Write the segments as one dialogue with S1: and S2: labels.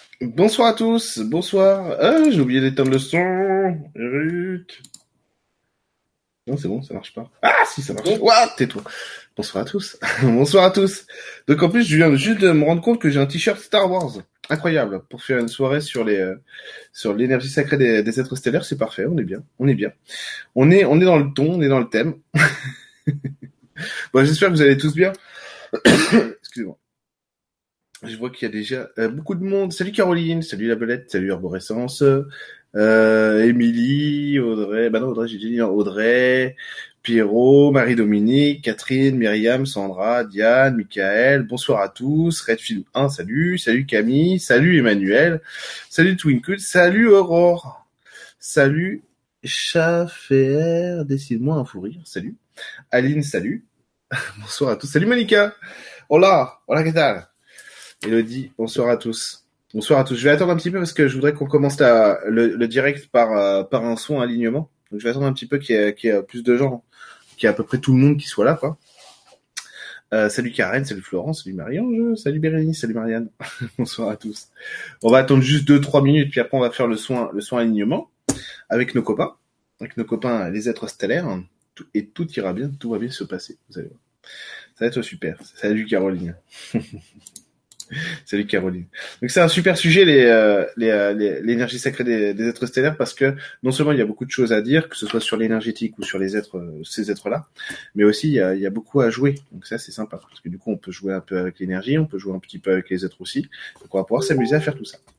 S1: Bonsoir à tous, bonsoir. Ah, j'ai oublié d'éteindre le son. Ruth. Non, c'est bon, ça marche pas. Ah, si, ça marche. What? Tais-toi. Bonsoir à tous. Bonsoir à tous. Donc, en plus, je viens juste de me rendre compte que j'ai un t-shirt Star Wars. Incroyable. Pour faire une soirée sur sur l'énergie sacrée des êtres stellaires, c'est parfait. On est bien. On est bien. On est dans le ton, on est dans le thème. Bon, j'espère que vous allez tous bien. Excusez-moi. Je vois qu'il y a déjà beaucoup de monde. Salut Caroline, salut la Belette, salut Arborescence, Émilie, Audrey, bah non Audrey j'ai dit Audrey, Pierrot, Marie-Dominique, Catherine, Myriam, Sandra, Diane, Michael, bonsoir à tous, Redfield 1, salut Camille, salut Emmanuel, salut Twinkle, salut Aurore, salut Chaffer, décide-moi un fou rire, salut, Aline, salut, bonsoir à tous, salut Monica, hola, hola, ¿qué tal? Elodie, bonsoir à tous. Bonsoir à tous. Je vais attendre un petit peu parce que je voudrais qu'on commence le direct par un son alignement. Donc je vais attendre un petit peu qu'il y ait plus de gens, qu'il y ait à peu près tout le monde qui soit là, quoi. Salut Karen, salut Florence, salut Marie-Ange, salut Bérénice, salut Marianne. Bonsoir à tous. On va attendre juste 2-3 minutes, puis après on va faire le soin alignement avec nos copains les êtres stellaires, et tout ira bien, tout va bien se passer. Vous allez voir. Ça va être super. Salut Caroline. Salut Caroline. Donc c'est un super sujet l'énergie sacrée des êtres stellaires parce que non seulement il y a beaucoup de choses à dire, que ce soit sur l'énergétique ou sur les êtres, ces êtres-là, mais aussi il y a beaucoup à jouer. Donc ça c'est sympa parce que du coup on peut jouer un peu avec l'énergie, on peut jouer un petit peu avec les êtres aussi. Donc on va pouvoir s'amuser à faire tout ça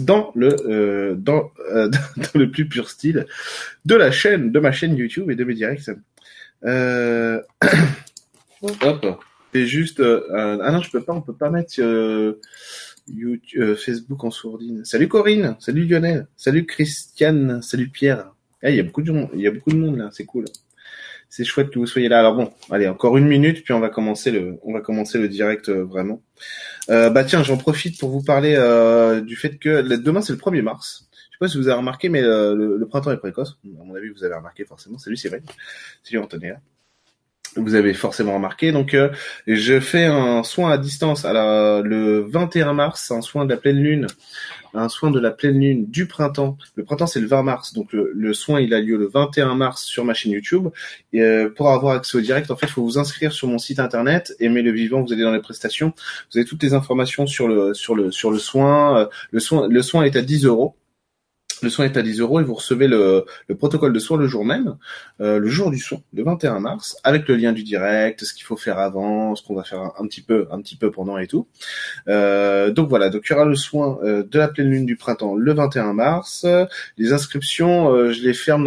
S1: dans le plus pur style de ma chaîne YouTube et de mes directs. Euh, Hop. C'est juste ah non je peux pas, on peut pas mettre YouTube, Facebook en sourdine. Salut Corinne, salut Lionel, salut Christiane, salut Pierre. Ah, il y a beaucoup de monde, il y a beaucoup de monde là, c'est cool. C'est chouette que vous soyez là. Alors bon, allez, encore 1 minute, puis on va commencer le direct vraiment. Bah tiens, j'en profite pour vous parler du fait que demain c'est le 1er mars. Je sais pas si vous avez remarqué, mais le printemps est précoce. À mon avis, vous avez remarqué forcément. Salut Cyril, salut Antonia. Vous avez forcément remarqué. Donc, je fais un soin à distance le 21 mars, un soin de la pleine lune, un soin de la pleine lune du printemps. Le printemps, c'est le 20 mars. Donc, le soin, il a lieu le 21 mars sur ma chaîne YouTube. Et pour avoir accès au direct, en fait, il faut vous inscrire sur mon site internet, Aimer le vivant. Vous allez dans les prestations. Vous avez toutes les informations sur le soin. Le soin est à 10 €. Le soin est à 10 € et vous recevez le protocole de soin le jour même, le jour du soin, le 21 mars, avec le lien du direct, ce qu'il faut faire avant, ce qu'on va faire un petit peu pendant et tout. Donc voilà, donc il y aura le soin de la pleine lune du printemps le 21 mars. Les inscriptions, je les ferme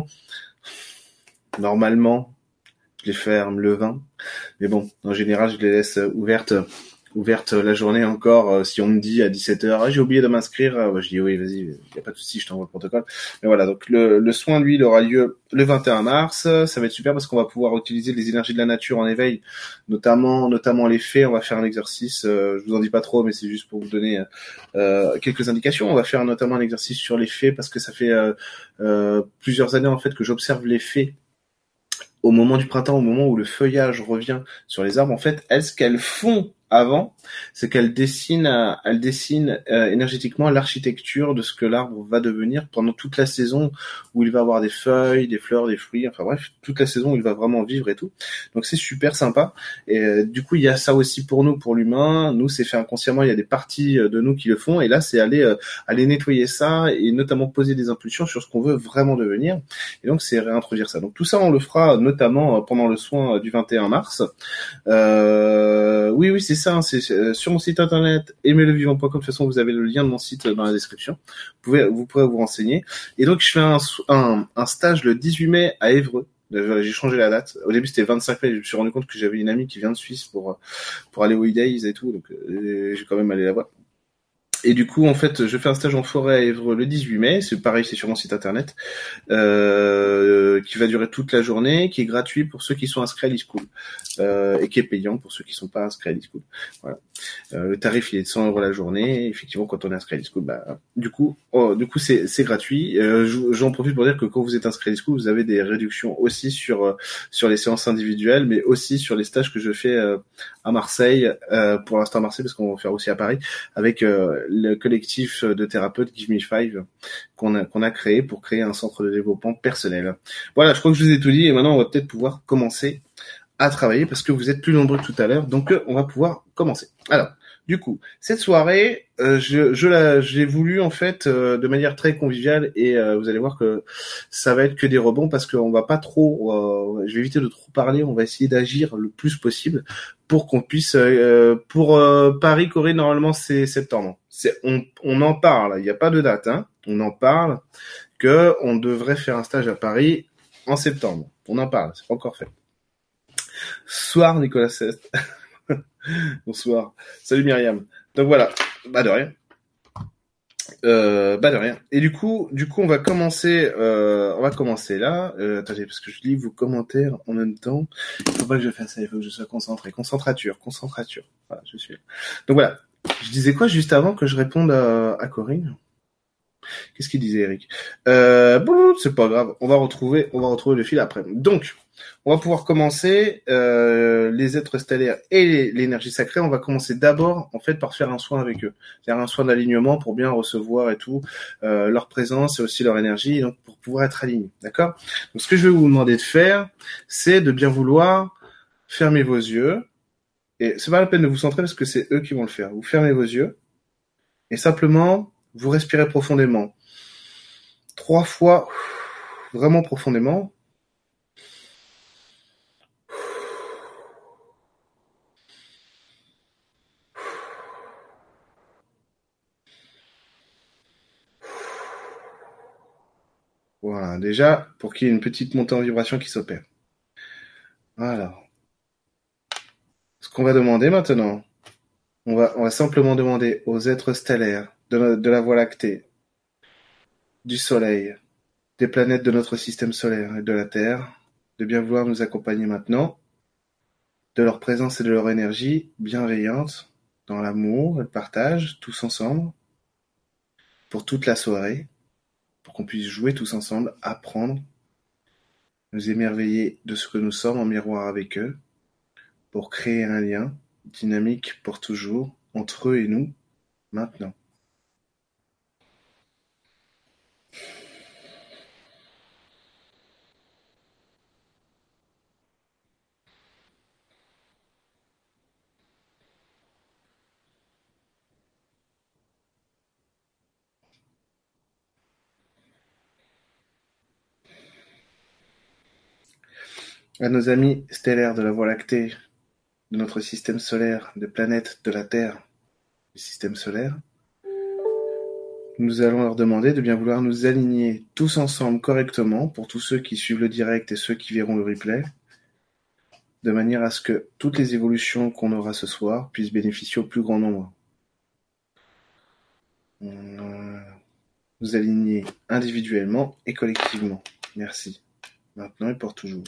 S1: normalement, je les ferme le 20. Mais bon, en général, je les laisse ouvertes la journée encore. Si on me dit à 17h, ah, j'ai oublié de m'inscrire, je dis oui, vas-y, y a pas de souci, je t'envoie le protocole. Mais voilà, donc le soin, lui, il aura lieu le 21 mars. Ça va être super parce qu'on va pouvoir utiliser les énergies de la nature en éveil, notamment les fées. On va faire un exercice, je vous en dis pas trop, mais c'est juste pour vous donner quelques indications. On va faire notamment un exercice sur les fées parce que ça fait plusieurs années en fait que j'observe les fées au moment du printemps, au moment où le feuillage revient sur les arbres, en fait, elles, ce qu'elles font avant, c'est elles dessinent énergétiquement l'architecture de ce que l'arbre va devenir pendant toute la saison où il va avoir des feuilles, des fleurs, des fruits, enfin bref, toute la saison où il va vraiment vivre et tout. Donc c'est super sympa. Et du coup, il y a ça aussi pour nous, pour l'humain. Nous, c'est fait inconsciemment. Il y a des parties de nous qui le font. Et là, c'est aller nettoyer ça et notamment poser des impulsions sur ce qu'on veut vraiment devenir. Et donc, c'est réintroduire ça. Donc tout ça, on le fera notamment pendant le soin du 21 mars. Oui, c'est ça. C'est sur mon site internet aimerlevivant.com. De toute façon, vous avez le lien de mon site dans la description. Vous pourrez vous renseigner. Et donc, je fais un stage le 18 mai à Évreux. J'ai changé la date. Au début, c'était 25 mai. Je me suis rendu compte que j'avais une amie qui vient de Suisse pour aller au E-Days et tout. Donc, j'ai quand même allé la voir. Et du coup, en fait, je fais un stage en forêt à Évreux le 18 mai. C'est pareil, c'est sur mon site internet, qui va durer toute la journée, qui est gratuit pour ceux qui sont inscrits à l'e-school, et qui est payant pour ceux qui sont pas inscrits à l'e-school. Voilà. Le tarif il est de 100 € la journée. Effectivement, quand on est inscrit à l'e-school, du coup, c'est gratuit. J'en profite pour dire que quand vous êtes inscrit à l'e-school, vous avez des réductions aussi sur les séances individuelles, mais aussi sur les stages que je fais à Marseille, pour l'instant à Marseille, parce qu'on va faire aussi à Paris, avec le collectif de thérapeutes Give Me Five qu'on a créé pour créer un centre de développement personnel. Voilà, je crois que je vous ai tout dit et maintenant on va peut-être pouvoir commencer à travailler parce que vous êtes plus nombreux que tout à l'heure, donc on va pouvoir commencer. Alors, du coup, cette soirée, j'ai voulu en fait de manière très conviviale et vous allez voir que ça va être que des rebonds parce qu'on va pas trop, je vais éviter de trop parler, on va essayer d'agir le plus possible pour qu'on puisse, pour Paris, Corée, normalement c'est septembre. On en parle, il n'y a pas de date, hein. On en parle que on devrait faire un stage à Paris en septembre. On en parle, c'est pas encore fait. Soir Nicolas Cest. Bonsoir. Salut Myriam. Donc voilà. Bah de rien. Bah de rien. Et du coup, on va commencer là. Attendez, parce que je lis vos commentaires en même temps. Il faut pas que je fasse ça. Il faut que je sois concentré. Concentrature. Voilà, je suis là. Donc voilà. Je disais quoi juste avant que je réponde à Corinne? Qu'est-ce qu'il disait, Eric? C'est pas grave. On va retrouver le fil après. Donc, on va pouvoir commencer les êtres stellaires et l'énergie sacrée. On va commencer d'abord, en fait, par faire un soin avec eux, faire un soin d'alignement pour bien recevoir et tout leur présence et aussi leur énergie, donc pour pouvoir être aligné. D'accord? Donc, ce que je vais vous demander de faire, c'est de bien vouloir fermer vos yeux. Et c'est pas la peine de vous centrer parce que c'est eux qui vont le faire. Vous fermez vos yeux et simplement vous respirez profondément. 3 fois, vraiment profondément. Voilà, déjà, pour qu'il y ait une petite montée en vibration qui s'opère. Voilà. Ce qu'on va demander maintenant, on va simplement demander aux êtres stellaires de la Voie lactée, du Soleil, des planètes de notre système solaire et de la Terre, de bien vouloir nous accompagner maintenant, de leur présence et de leur énergie bienveillante, dans l'amour et le partage, tous ensemble, pour toute la soirée, pour qu'on puisse jouer tous ensemble, apprendre, nous émerveiller de ce que nous sommes en miroir avec eux, pour créer un lien dynamique pour toujours entre eux et nous, maintenant. À nos amis stellaires de la Voie lactée, de notre système solaire, des planètes de la Terre, du système solaire, nous allons leur demander de bien vouloir nous aligner tous ensemble correctement, pour tous ceux qui suivent le direct et ceux qui verront le replay, de manière à ce que toutes les évolutions qu'on aura ce soir puissent bénéficier au plus grand nombre. Nous aligner individuellement et collectivement. Merci. Maintenant et pour toujours.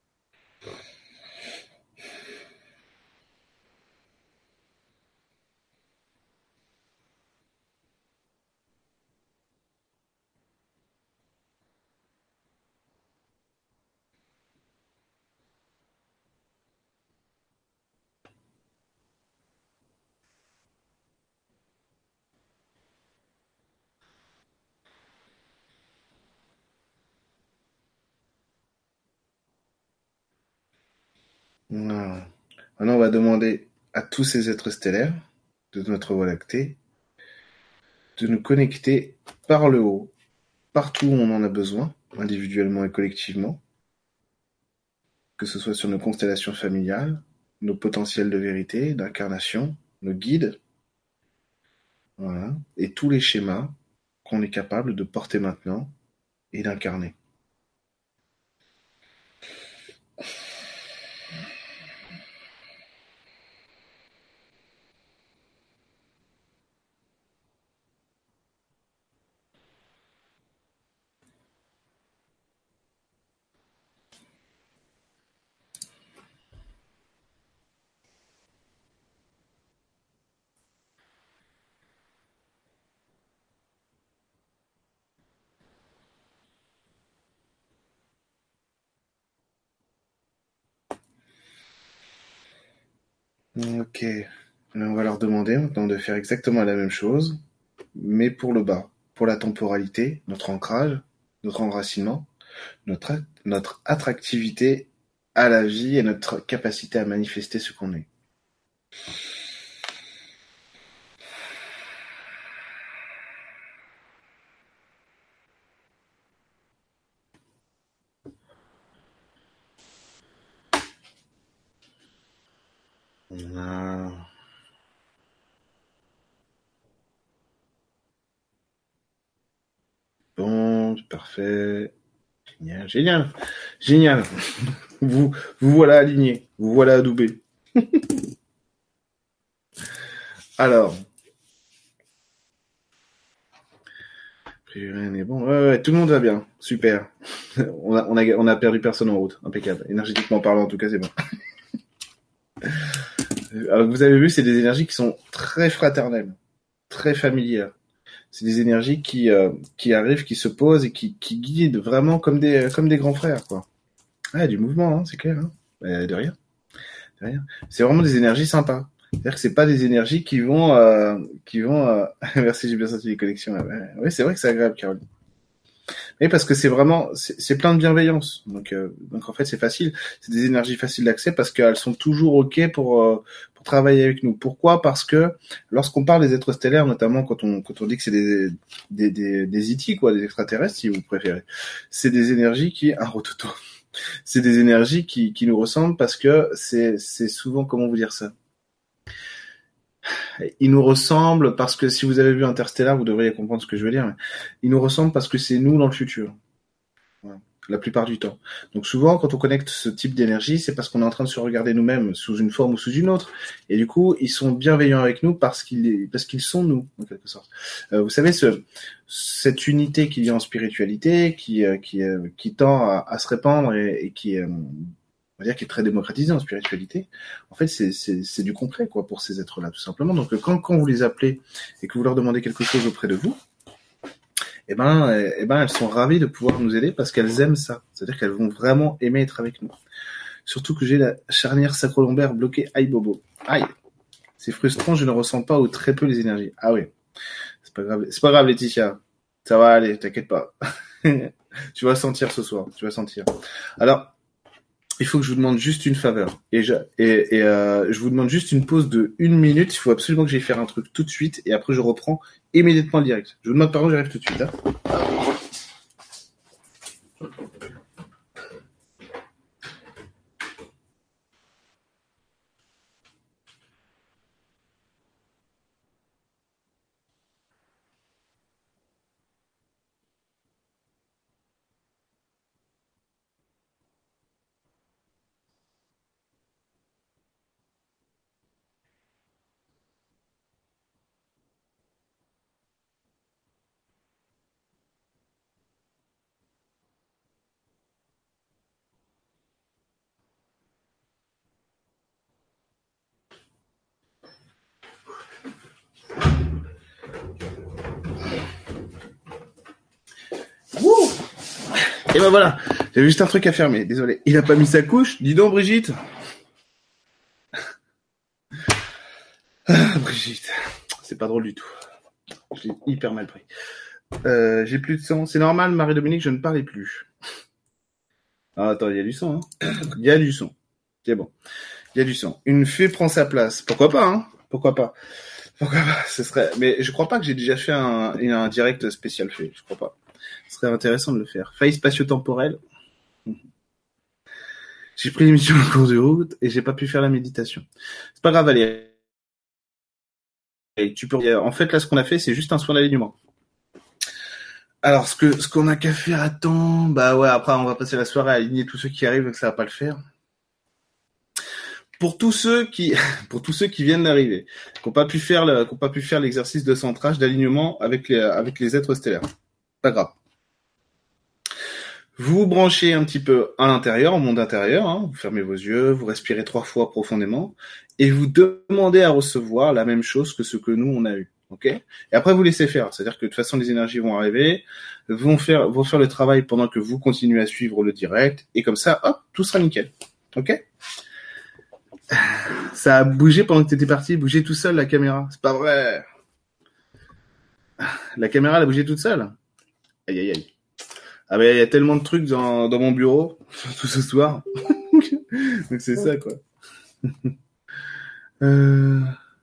S1: Voilà. Maintenant, on va demander à tous ces êtres stellaires de notre Voie lactée de nous connecter par le haut, partout où on en a besoin, individuellement et collectivement, que ce soit sur nos constellations familiales, nos potentiels de vérité, d'incarnation, nos guides, voilà, et tous les schémas qu'on est capable de porter maintenant et d'incarner. Ok. On va leur demander maintenant de faire exactement la même chose, mais pour le bas, pour la temporalité, notre ancrage, notre enracinement, notre attractivité à la vie et notre capacité à manifester ce qu'on est. Voilà. Bon, parfait. Génial, génial, génial. Vous, vous voilà aligné, vous voilà adoubé. Alors, rien n'est bon. Ouais, tout le monde va bien. Super. On a perdu personne en route. Impeccable. Énergétiquement parlant, en tout cas, c'est bon. Alors, vous avez vu, c'est des énergies qui sont très fraternelles, très familières. C'est des énergies qui arrivent, qui se posent et qui guident vraiment comme des grands frères, quoi. Ah, du mouvement, hein, c'est clair. Hein. De rien, de rien. C'est vraiment des énergies sympas. C'est-à-dire que c'est pas des énergies qui vont. Merci, j'ai bien senti les connexions. Ouais, c'est vrai que c'est agréable, Caroline. Oui, parce que c'est vraiment, c'est plein de bienveillance. Donc en fait, c'est facile. C'est des énergies faciles d'accès parce qu'elles sont toujours ok pour travailler avec nous. Pourquoi? Parce que lorsqu'on parle des êtres stellaires, notamment quand on dit que c'est des IT, quoi, des extraterrestres, si vous préférez, c'est des énergies qui, un rototo. C'est des énergies qui nous ressemblent parce que c'est souvent, comment vous dire ça? Ils nous ressemblent parce que si vous avez vu Interstellar, vous devriez comprendre ce que je veux dire. Mais ils nous ressemblent parce que c'est nous dans le futur. Voilà. La plupart du temps. Donc souvent, quand on connecte ce type d'énergie, c'est parce qu'on est en train de se regarder nous-mêmes sous une forme ou sous une autre. Et du coup, ils sont bienveillants avec nous parce qu'ils sont nous, en quelque sorte. Vous savez, cette unité qu'il y a en spiritualité, qui tend à se répandre et qui on va dire qui est très démocratisée en spiritualité. En fait, c'est du concret, quoi, pour ces êtres-là, tout simplement. Donc, quand vous les appelez et que vous leur demandez quelque chose auprès de vous, elles sont ravies de pouvoir nous aider parce qu'elles aiment ça. C'est-à-dire qu'elles vont vraiment aimer être avec nous. Surtout que j'ai la charnière sacro-lombaire bloquée. Aïe bobo. Aïe. C'est frustrant, je ne ressens pas ou très peu les énergies. Ah oui. C'est pas grave. C'est pas grave, Laetitia. Ça va aller, t'inquiète pas. Tu vas sentir ce soir. Tu vas sentir. Alors, il faut que je vous demande juste une faveur. Je vous demande juste une pause de 1 minute. Il faut absolument que j'aille faire un truc tout de suite. Et après, je reprends immédiatement le direct. Je vous demande pardon, j'arrive tout de suite. Hein. Wouh. Et ben voilà, j'avais juste un truc à fermer. Désolé. Il a pas mis sa couche. Dis donc, Brigitte. Ah, Brigitte. C'est pas drôle du tout. Je l'ai hyper mal pris. J'ai plus de sang. C'est normal, Marie-Dominique, je ne parlais plus. Ah, attends, il y a du sang. Hein. Il y a du son. C'est bon. Il y a du sang. Une fée prend sa place. Pourquoi pas, hein? Pourquoi pas? Pourquoi pas? Ce serait. Mais je crois pas que j'ai déjà fait un direct spécial fée. Je crois pas. Ce serait intéressant de le faire. Faille spatio-temporelle. J'ai pris l'émission en cours de route et j'ai pas pu faire la méditation. C'est pas grave, Valérie. Tu peux. En fait, là, ce qu'on a fait, c'est juste un soin d'alignement. Alors, ce qu'on a qu'à faire à temps, bah ouais, après, on va passer la soirée à aligner tous ceux qui arrivent, donc ça va pas le faire. Pour tous ceux qui, pour tous ceux qui viennent d'arriver, qui n'ont pas pu faire l'exercice de centrage, d'alignement avec les êtres stellaires. Pas grave. Vous vous branchez un petit peu à l'intérieur, au monde intérieur, hein, vous fermez vos yeux, vous respirez 3 fois profondément, et vous demandez à recevoir la même chose que ce que nous, on a eu. Ok? Et après, vous laissez faire. C'est-à-dire que de toute façon, les énergies vont arriver, vont faire le travail pendant que vous continuez à suivre le direct, et comme ça, hop, tout sera nickel. Ok? Ça a bougé pendant que t'étais parti, bougé tout seul, la caméra. C'est pas vrai. La caméra, elle a bougé toute seule. Aïe, aïe, aïe. Ah ben, il y a tellement de trucs dans mon bureau, tout ce soir. Donc c'est ça, quoi. Euh,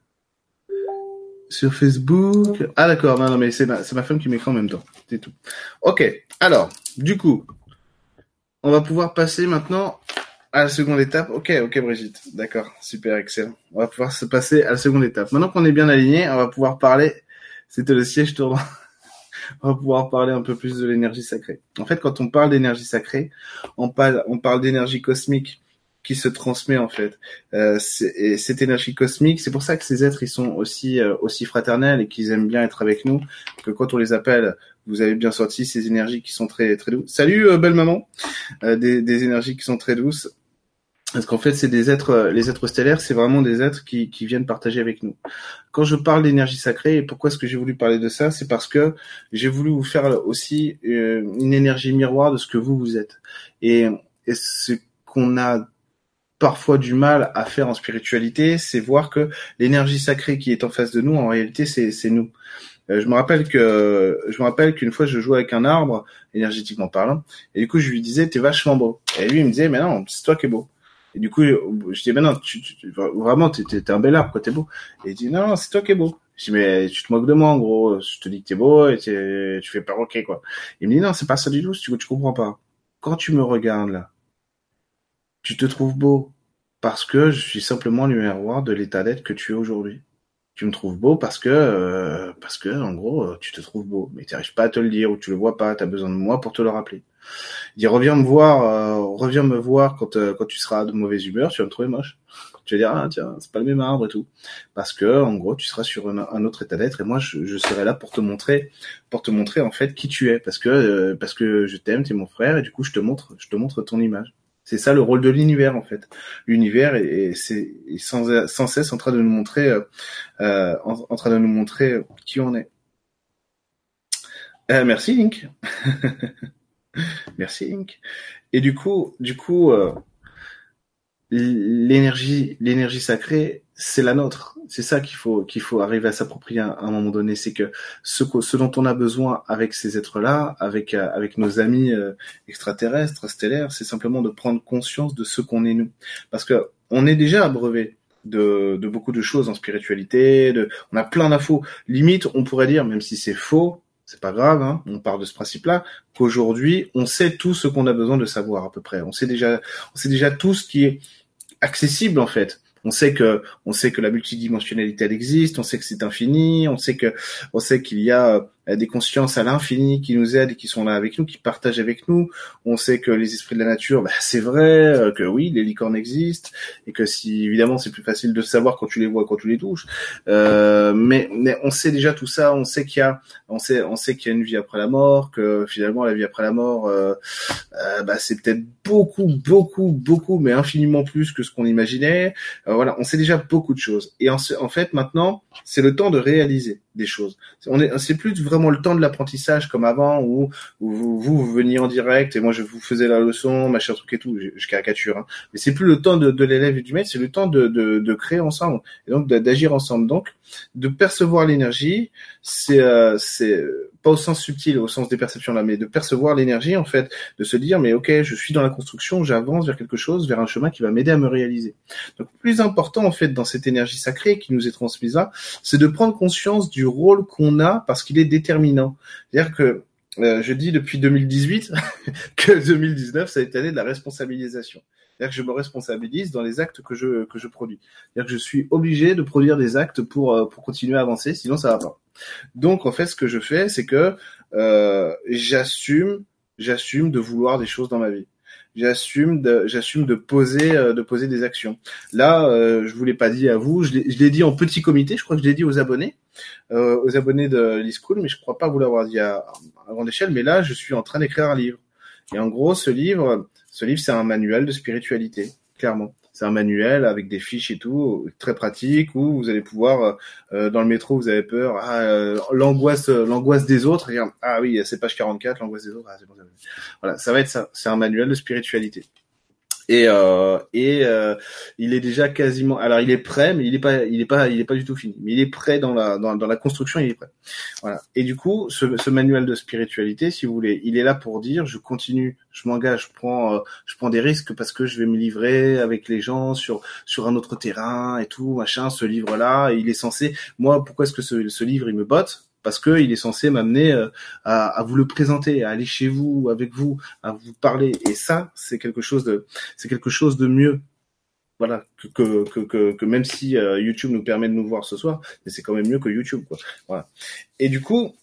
S1: sur Facebook. Ah d'accord, non, non, mais c'est ma femme qui m'écrit en même temps. C'est tout. Ok, alors, du coup, on va pouvoir passer maintenant à la seconde étape. Ok, ok, Brigitte. D'accord, super, excellent. On va pouvoir se passer à la seconde étape. Maintenant qu'on est bien aligné, on va pouvoir parler. C'était le siège tournant. On va pouvoir parler un peu plus de l'énergie sacrée. En fait, quand on parle d'énergie sacrée, on parle d'énergie cosmique qui se transmet en fait. Et cette énergie cosmique, c'est pour ça que ces êtres ils sont aussi fraternels et qu'ils aiment bien être avec nous. Que quand on les appelle, vous avez bien senti ces énergies qui sont très très douces. Salut belle maman, des énergies qui sont très douces. Parce qu'en fait, c'est des êtres, les êtres stellaires, c'est vraiment des êtres qui viennent partager avec nous. Quand je parle d'énergie sacrée, et pourquoi est-ce que j'ai voulu parler de ça, c'est parce que j'ai voulu vous faire aussi une énergie miroir de ce que vous êtes. Et ce qu'on a parfois du mal à faire en spiritualité, c'est voir que l'énergie sacrée qui est en face de nous, en réalité, c'est nous. Je me rappelle qu'une fois je jouais avec un arbre, énergétiquement parlant, et du coup je lui disais t'es vachement beau. Et lui il me disait mais non c'est toi qui es beau. Et du coup je dis mais non vraiment t'es un bel arbre quoi t'es beau. Et il dit non c'est toi qui es beau. Je dis mais tu te moques de moi en gros, je te dis que t'es beau et tu fais perroquet quoi. Il me dit non c'est pas ça du tout, tu comprends pas. Quand tu me regardes là, tu te trouves beau parce que je suis simplement le miroir de l'état d'être que tu es aujourd'hui. Tu me trouves beau parce que en gros tu te trouves beau, mais tu n'arrives pas à te le dire ou tu le vois pas, tu as besoin de moi pour te le rappeler. Il dit reviens me voir quand tu seras de mauvaise humeur, tu vas me trouver moche. Tu vas dire ah tiens c'est pas le même arbre et tout, parce que en gros tu seras sur un autre état d'être et moi je serai là pour te montrer en fait qui tu es, parce que je t'aime, t'es mon frère et du coup je te montre ton image. C'est ça le rôle de l'univers en fait. L'univers est sans cesse en train de nous montrer en train de nous montrer qui on est. Merci Link. Merci Link. Et l'énergie sacrée, c'est la nôtre. C'est ça qu'il faut arriver à s'approprier à un moment donné. C'est que ce dont on a besoin avec ces êtres-là, avec nos amis extraterrestres, stellaires, c'est simplement de prendre conscience de ce qu'on est nous. Parce que on est déjà abreuvé de beaucoup de choses en spiritualité. On a plein d'infos. Limite, on pourrait dire, même si c'est faux, c'est pas grave, hein, on part de ce principe-là, qu'aujourd'hui, on sait tout ce qu'on a besoin de savoir à peu près. On sait déjà tout ce qui est accessible en fait. On sait que la multidimensionnalité elle existe, on sait que c'est infini, on sait qu'il y a des consciences à l'infini qui nous aident et qui sont là avec nous, qui partagent avec nous. On sait que les esprits de la nature, c'est vrai, que oui, les licornes existent et que si évidemment c'est plus facile de savoir quand tu les vois, quand tu les touches. Mais on sait déjà tout ça, on sait qu'il y a une vie après la mort, que finalement la vie après la mort, c'est peut-être beaucoup, mais infiniment plus que ce qu'on imaginait. Voilà, on sait déjà beaucoup de choses. Et en fait, maintenant, c'est le temps de réaliser des choses. C'est plus vraiment le temps de l'apprentissage comme avant où vous veniez en direct et moi je vous faisais la leçon, machin truc et tout. Je caricature, hein. Mais c'est plus le temps de l'élève et du maître, c'est le temps de créer ensemble et donc d'agir ensemble. Donc, de percevoir l'énergie, c'est pas au sens subtil, au sens des perceptions là, mais de percevoir l'énergie en fait, de se dire mais ok, je suis dans la construction, j'avance vers quelque chose, vers un chemin qui va m'aider à me réaliser. Donc le plus important en fait dans cette énergie sacrée qui nous est transmise là, c'est de prendre conscience du rôle qu'on a parce qu'il est déterminant. C'est-à-dire que je dis depuis 2018 que 2019 ça a été l'année de la responsabilisation. C'est-à-dire que je me responsabilise dans les actes que je produis. C'est-à-dire que je suis obligé de produire des actes pour continuer à avancer, sinon ça va pas. Donc en fait, ce que je fais, c'est que j'assume de vouloir des choses dans ma vie. J'assume de poser des actions. Là, je vous l'ai pas dit à vous, je l'ai dit en petit comité. Je crois que je l'ai dit aux abonnés de l'e-school, mais je crois pas vous l'avoir dit à grande échelle. Mais là, je suis en train d'écrire un livre. Et en gros, c'est un manuel de spiritualité, clairement. C'est un manuel avec des fiches et tout, très pratique, où vous allez pouvoir, dans le métro, vous avez peur, l'angoisse des autres, et, ah oui, c'est page 44, l'angoisse des autres, ah, c'est bon, voilà, ça va être ça. C'est un manuel de spiritualité. Et il est déjà quasiment. Alors il est prêt, mais il est pas du tout fini. Mais il est prêt dans la construction, il est prêt. Voilà. Et du coup, ce manuel de spiritualité, si vous voulez, il est là pour dire, je continue, je m'engage, je prends des risques parce que je vais me livrer avec les gens sur un autre terrain et tout, machin. Ce livre-là, il est censé. Moi, pourquoi est-ce que ce livre il me botte? Parce que il est censé m'amener à vous le présenter, à aller chez vous, avec vous, à vous parler. Et ça, c'est quelque chose de mieux. Voilà, que même si YouTube nous permet de nous voir ce soir, mais c'est quand même mieux que YouTube, quoi. Voilà. Et du coup,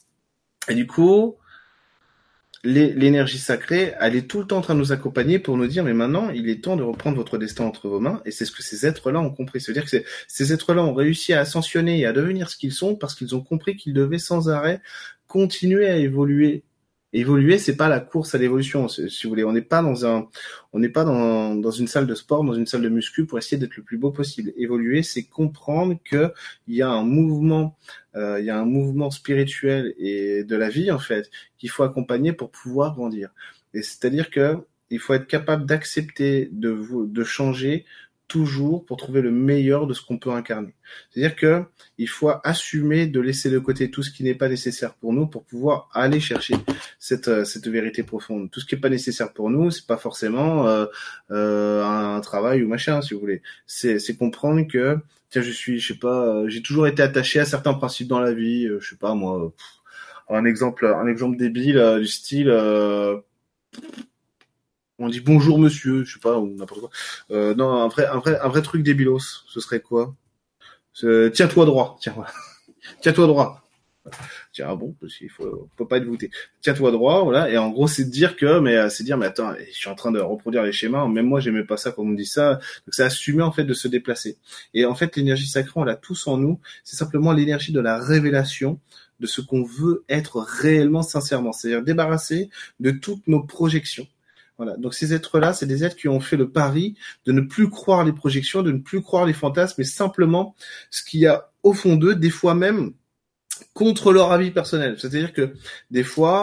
S1: l'énergie sacrée, elle est tout le temps en train de nous accompagner pour nous dire, mais maintenant, il est temps de reprendre votre destin entre vos mains. Et c'est ce que ces êtres-là ont compris. C'est-à-dire que ces êtres-là ont réussi à ascensionner et à devenir ce qu'ils sont parce qu'ils ont compris qu'ils devaient sans arrêt continuer à évoluer. Évoluer, c'est pas la course à l'évolution, si vous voulez. On n'est pas dans une salle de sport, dans une salle de muscu pour essayer d'être le plus beau possible. Évoluer, c'est comprendre que il y a un mouvement spirituel et de la vie, en fait, qu'il faut accompagner pour pouvoir grandir. Et c'est-à-dire que il faut être capable d'accepter de changer toujours pour trouver le meilleur de ce qu'on peut incarner. C'est-à-dire que il faut assumer de laisser de côté tout ce qui n'est pas nécessaire pour nous pour pouvoir aller chercher cette vérité profonde. Tout ce qui est pas nécessaire pour nous, c'est pas forcément un travail ou machin, si vous voulez. C'est comprendre que tiens, je sais pas, j'ai toujours été attaché à certains principes dans la vie, je sais pas moi, un exemple débile du style on dit bonjour monsieur, je sais pas, ou n'importe quoi. Non, un vrai truc débilos, ce serait quoi? Tiens-toi droit, tiens, voilà. Tiens-toi droit. Tiens, ah bon, parce qu'il faut pas être voûté. Tiens-toi droit, voilà. Et en gros, c'est de dire mais attends, je suis en train de reproduire les schémas. Même moi, j'aimais pas ça quand on me dit ça. Donc, c'est assumer, en fait, de se déplacer. Et en fait, l'énergie sacrée, on l'a tous en nous. C'est simplement l'énergie de la révélation de ce qu'on veut être réellement, sincèrement. C'est-à-dire débarrasser de toutes nos projections. Voilà. Donc ces êtres-là, c'est des êtres qui ont fait le pari de ne plus croire les projections, de ne plus croire les fantasmes, mais simplement ce qu'il y a au fond d'eux, des fois même contre leur avis personnel. C'est-à-dire que des fois,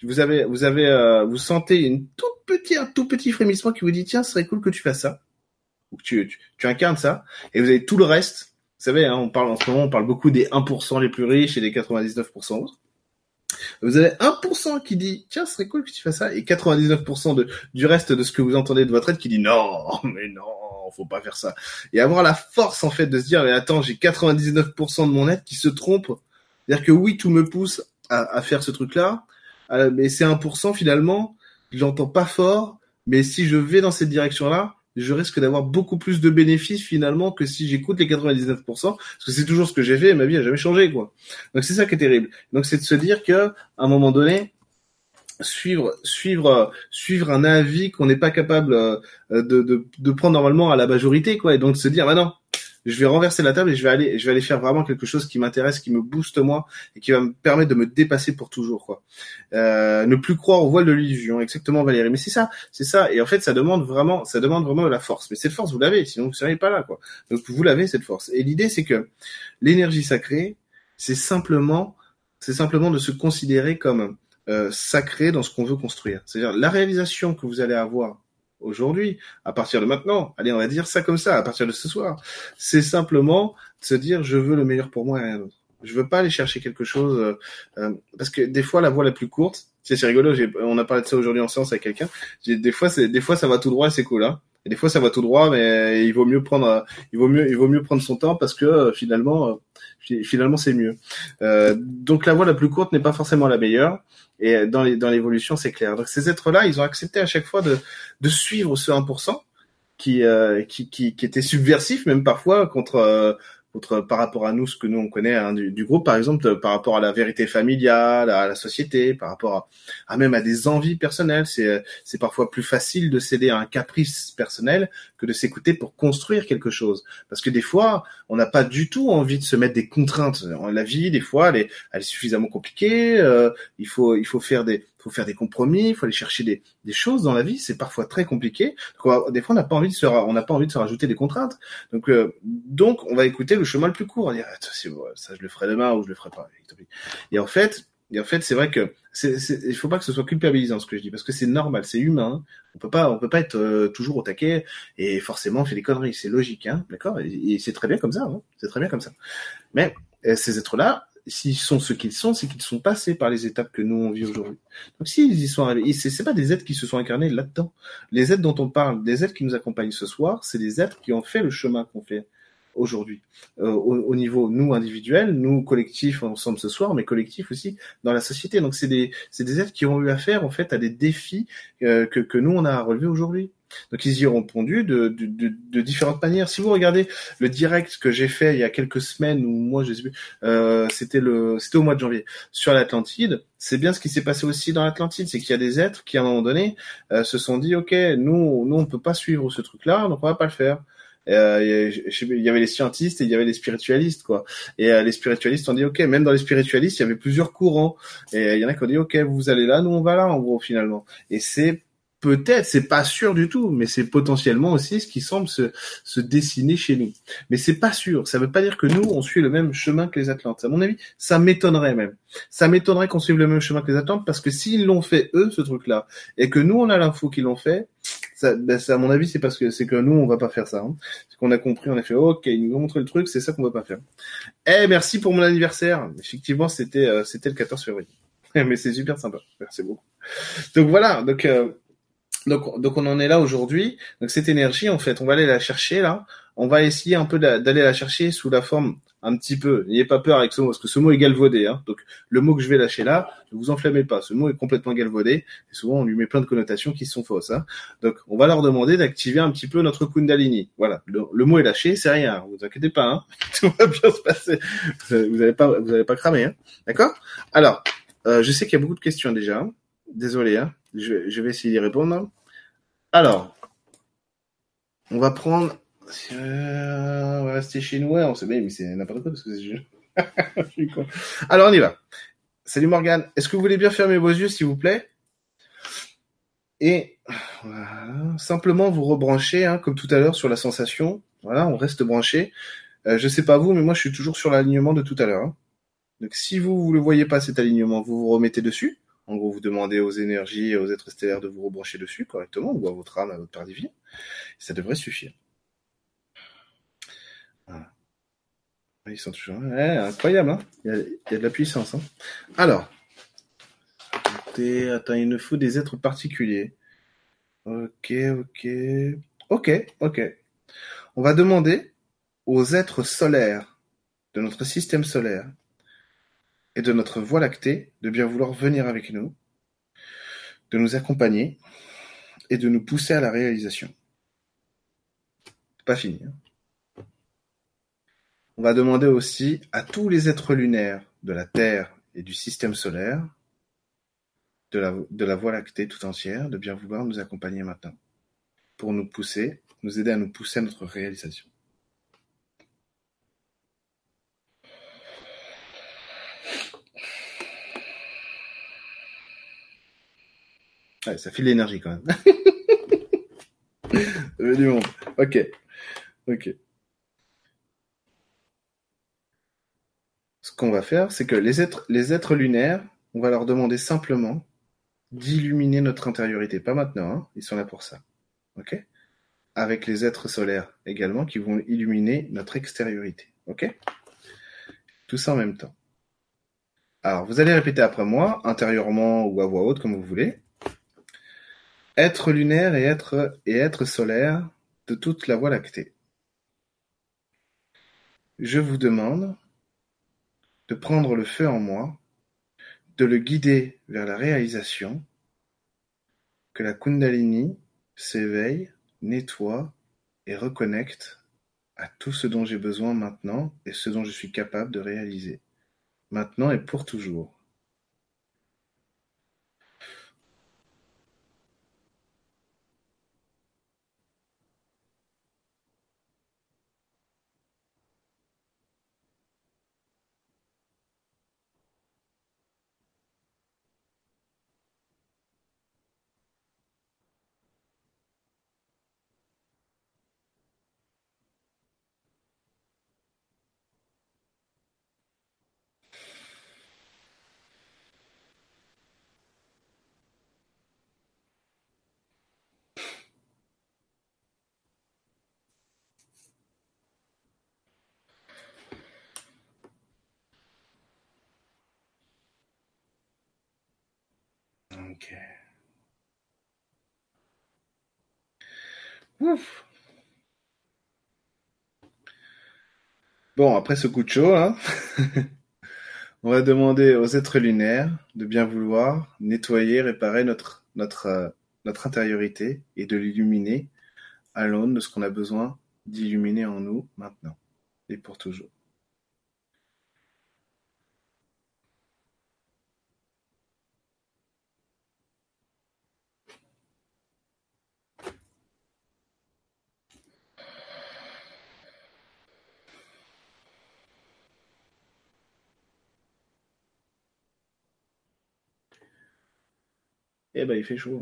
S1: vous sentez un tout petit frémissement qui vous dit tiens, ce serait cool que tu fasses ça, ou que tu incarnes ça, et vous avez tout le reste. Vous savez, hein, en ce moment, on parle beaucoup des 1% les plus riches et des 99% autres. Vous avez 1% qui dit tiens, ce serait cool que tu fasses ça, et 99% du reste de ce que vous entendez de votre aide qui dit non, mais non, faut pas faire ça. Et avoir la force en fait de se dire mais attends, j'ai 99% de mon aide qui se trompe. C'est-à-dire que oui, tout me pousse à faire ce truc-là, mais c'est 1% finalement, je l'entends pas fort, mais si je vais dans cette direction-là, je risque d'avoir beaucoup plus de bénéfices finalement que si j'écoute les 99%, parce que c'est toujours ce que j'ai fait et ma vie a jamais changé, quoi. Donc c'est ça qui est terrible. Donc c'est de se dire que, à un moment donné, suivre un avis qu'on n'est pas capable de prendre normalement à la majorité, quoi, et donc de se dire bah non, je vais renverser la table et je vais aller faire vraiment quelque chose qui m'intéresse, qui me booste moi et qui va me permettre de me dépasser pour toujours, quoi. Ne plus croire au voile de l'illusion, exactement, Valérie. Mais c'est ça. Et en fait, ça demande vraiment de la force. Mais cette force, vous l'avez, sinon vous seriez pas là, quoi. Donc vous l'avez, cette force. Et l'idée, c'est que l'énergie sacrée, c'est simplement de se considérer comme sacré dans ce qu'on veut construire. C'est-à-dire la réalisation que vous allez avoir aujourd'hui, à partir de maintenant, allez, on va dire ça comme ça, à partir de ce soir, c'est simplement de se dire je veux le meilleur pour moi et rien d'autre. Je veux pas aller chercher quelque chose parce que des fois la voie la plus courte, c'est rigolo, on a parlé de ça aujourd'hui en séance avec quelqu'un. Des fois ça va tout droit et c'est cool, hein. Et des fois ça va tout droit, mais il vaut mieux prendre son temps parce que finalement c'est mieux. Donc la voie la plus courte n'est pas forcément la meilleure. Et dans l'évolution, c'est clair. Donc ces êtres-là, ils ont accepté à chaque fois de suivre ce 1% qui était subversif, même parfois contre par rapport à nous, ce que nous on connaît hein, du groupe, par exemple, par rapport à la vérité familiale, à la société, par rapport à même à des envies personnelles. C'est parfois plus facile de céder à un caprice personnel que de s'écouter pour construire quelque chose. Parce que des fois, on n'a pas du tout envie de se mettre des contraintes. La vie, des fois, elle est suffisamment compliquée. Il faut faire des compromis, il faut aller chercher des choses dans la vie. C'est parfois très compliqué. Donc, des fois, on n'a pas envie de se rajouter des contraintes. Donc, on va écouter le chemin le plus court. On va dire, ça, je le ferai demain ou je le ferai pas. Et en fait, Et en fait, c'est vrai que il faut pas que ce soit culpabilisant ce que je dis, parce que c'est normal, c'est humain. On peut pas être toujours au taquet et forcément on fait des conneries. C'est logique, hein, d'accord. Et c'est très bien comme ça, hein, c'est très bien comme ça. Mais ces êtres-là, s'ils sont ce qu'ils sont, c'est qu'ils sont passés par les étapes que nous on vit aujourd'hui. Donc s'ils y sont arrivés, c'est pas des êtres qui se sont incarnés là-dedans. Les êtres dont on parle, des êtres qui nous accompagnent ce soir, c'est des êtres qui ont fait le chemin qu'on fait aujourd'hui. Au niveau nous individuels, nous collectifs ensemble ce soir, mais collectifs aussi dans la société. Donc c'est des êtres qui ont eu affaire en fait à des défis que nous on a à relever aujourd'hui. Donc ils y ont répondu de différentes manières. Si vous regardez le direct que j'ai fait il y a quelques semaines, ou moi je sais plus, c'était au mois de janvier, sur l'Atlantide, c'est bien ce qui s'est passé aussi dans l'Atlantide, c'est qu'il y a des êtres qui à un moment donné se sont dit ok, nous on peut pas suivre ce truc-là, donc on va pas le faire. Il y avait les scientistes et il y avait les spiritualistes quoi. Et les spiritualistes ont dit ok, même dans les spiritualistes il y avait plusieurs courants et il y en a qui ont dit ok, vous allez là, nous on va là en gros finalement. Et c'est peut-être, c'est pas sûr du tout, mais c'est potentiellement aussi ce qui semble se dessiner chez nous. Mais c'est pas sûr. Ça veut pas dire que nous, on suit le même chemin que les Atlantes. À mon avis, ça m'étonnerait même. Ça m'étonnerait qu'on suive le même chemin que les Atlantes parce que s'ils l'ont fait eux, ce truc-là, et que nous, on a l'info qu'ils l'ont fait, ça, à mon avis, c'est parce que c'est que nous, on va pas faire ça. Hein. C'est qu'on a compris, on a fait, ok, ils nous ont montré le truc, c'est ça qu'on va pas faire. Eh, merci pour mon anniversaire. Effectivement, c'était le 14 février. Mais c'est super sympa. Merci beaucoup. Donc voilà. Donc on en est là aujourd'hui. Donc cette énergie, en fait, on va aller la chercher là. On va essayer un peu d'aller la chercher sous la forme un petit peu. N'ayez pas peur avec ce mot, parce que ce mot est galvaudé. Hein. Donc le mot que je vais lâcher là, ne vous enflammez pas. Ce mot est complètement galvaudé. Et souvent on lui met plein de connotations qui sont fausses. Hein. Donc on va leur demander d'activer un petit peu notre Kundalini. Voilà. Le mot est lâché, c'est rien. Vous inquiétez pas. Hein. Tout va bien se passer. Vous allez pas cramer. Hein. D'accord. Alors, je sais qu'il y a beaucoup de questions déjà. Hein. Désolé. Hein. Je vais essayer d'y répondre. Alors, on va prendre. On va rester chez nous. Ouais, on sait bien, mais c'est n'importe quoi parce que je suis con. Alors, on y va. Salut Morgane. Est-ce que vous voulez bien fermer vos yeux, s'il vous plaît? Et voilà. Simplement vous rebrancher, hein, comme tout à l'heure, sur la sensation. Voilà, on reste branché. Je sais pas vous, mais moi, je suis toujours sur l'alignement de tout à l'heure. Hein. Donc, si vous le voyez pas, cet alignement, vous vous remettez dessus. En gros, vous demandez aux énergies et aux êtres stellaires de vous rebrancher dessus correctement, ou à votre âme, à votre part divine. Ça devrait suffire. Voilà. Ils sont toujours ouais, incroyable, hein. Il y a de la puissance. Hein. Alors, attends, il nous faut des êtres particuliers. Ok, ok. Ok, ok. On va demander aux êtres solaires de notre système solaire et de notre Voie lactée de bien vouloir venir avec nous, de nous accompagner et de nous pousser à la réalisation. C'est pas fini. Hein. On va demander aussi à tous les êtres lunaires de la Terre et du système solaire, de la Voie lactée tout entière, de bien vouloir nous accompagner maintenant. Pour nous pousser, nous aider à nous pousser à notre réalisation. Ouais, ça file l'énergie quand même. Du monde. Ok, ok. Ce qu'on va faire, c'est que les êtres lunaires, on va leur demander simplement d'illuminer notre intériorité. Pas maintenant, hein, ils sont là pour ça. Ok. Avec les êtres solaires également qui vont illuminer notre extériorité. Ok. Tout ça en même temps. Alors, vous allez répéter après moi, intérieurement ou à voix haute, comme vous voulez. Être lunaire et être solaire de toute la Voie lactée. Je vous demande de prendre le feu en moi, de le guider vers la réalisation, que la Kundalini s'éveille, nettoie et reconnecte à tout ce dont j'ai besoin maintenant et ce dont je suis capable de réaliser, maintenant et pour toujours. Ok. Ouf. Bon, après ce coup de chaud, hein, on va demander aux êtres lunaires de bien vouloir nettoyer, réparer notre intériorité et de l'illuminer à l'aune de ce qu'on a besoin d'illuminer en nous maintenant et pour toujours. Eh ben, il fait chaud.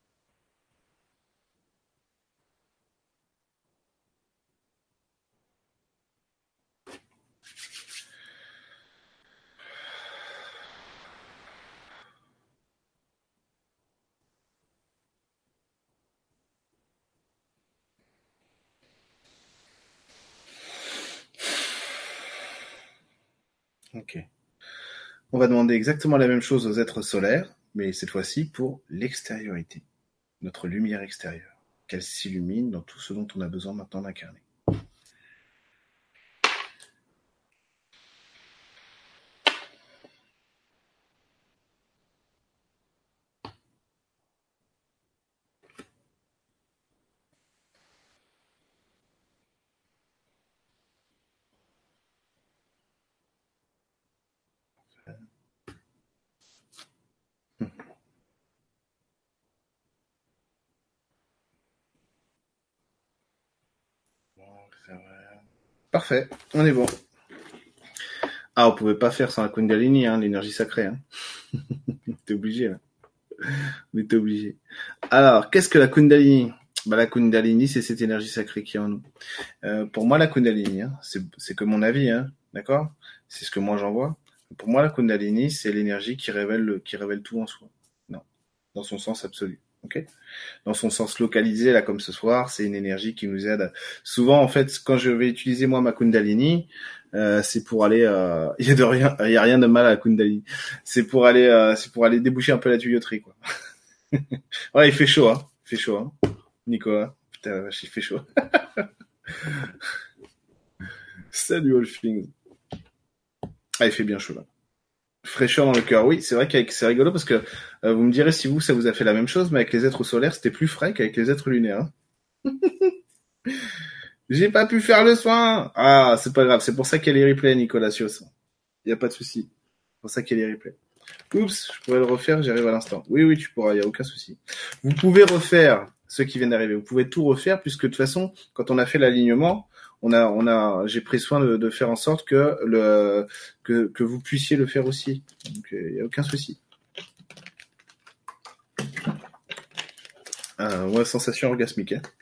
S1: Ok. On va demander exactement la même chose aux êtres solaires, mais cette fois-ci pour l'extériorité, notre lumière extérieure, qu'elle s'illumine dans tout ce dont on a besoin maintenant d'incarner. Parfait, on est bon. Ah, on pouvait pas faire sans la Kundalini, hein, l'énergie sacrée. Hein. T'es obligé, là. On était obligé. Alors, qu'est-ce que la Kundalini? Bah, la Kundalini, c'est cette énergie sacrée qui est en nous. Pour moi, la Kundalini, hein, c'est que mon avis, hein, d'accord? C'est ce que moi j'en vois. Pour moi, la Kundalini, c'est l'énergie qui révèle tout en soi. Non, dans son sens absolu. Ok? Dans son sens localisé, là, comme ce soir, c'est une énergie qui nous aide. Souvent, en fait, quand je vais utiliser moi ma Kundalini, c'est pour aller, il y a rien de mal à la Kundalini. C'est pour aller déboucher un peu la tuyauterie, quoi. Ouais, il fait chaud, hein. Il fait chaud, hein. Nicolas. Putain, la vache, il fait chaud. Salut, Wolfing. Ah, il fait bien chaud, là. Fraîcheur dans le cœur. Oui, c'est vrai qu'avec, c'est rigolo parce que vous me direz si vous, ça vous a fait la même chose, mais avec les êtres solaires, c'était plus frais qu'avec les êtres lunaires. Hein. J'ai pas pu faire le soin. Ah, c'est pas grave. C'est pour ça qu'il y a les replays, Nicolas Sios. Il y a pas de souci. C'est pour ça qu'il y a les replays. Oups, je pourrais le refaire, j'arrive à l'instant. Oui, oui, tu pourras, il y a aucun souci. Vous pouvez refaire ceux qui viennent d'arriver. Vous pouvez tout refaire puisque de toute façon, quand on a fait l'alignement, j'ai pris soin de faire en sorte que vous puissiez le faire aussi. Donc, il y a aucun souci. Ouais, sensation orgasmique. Hein.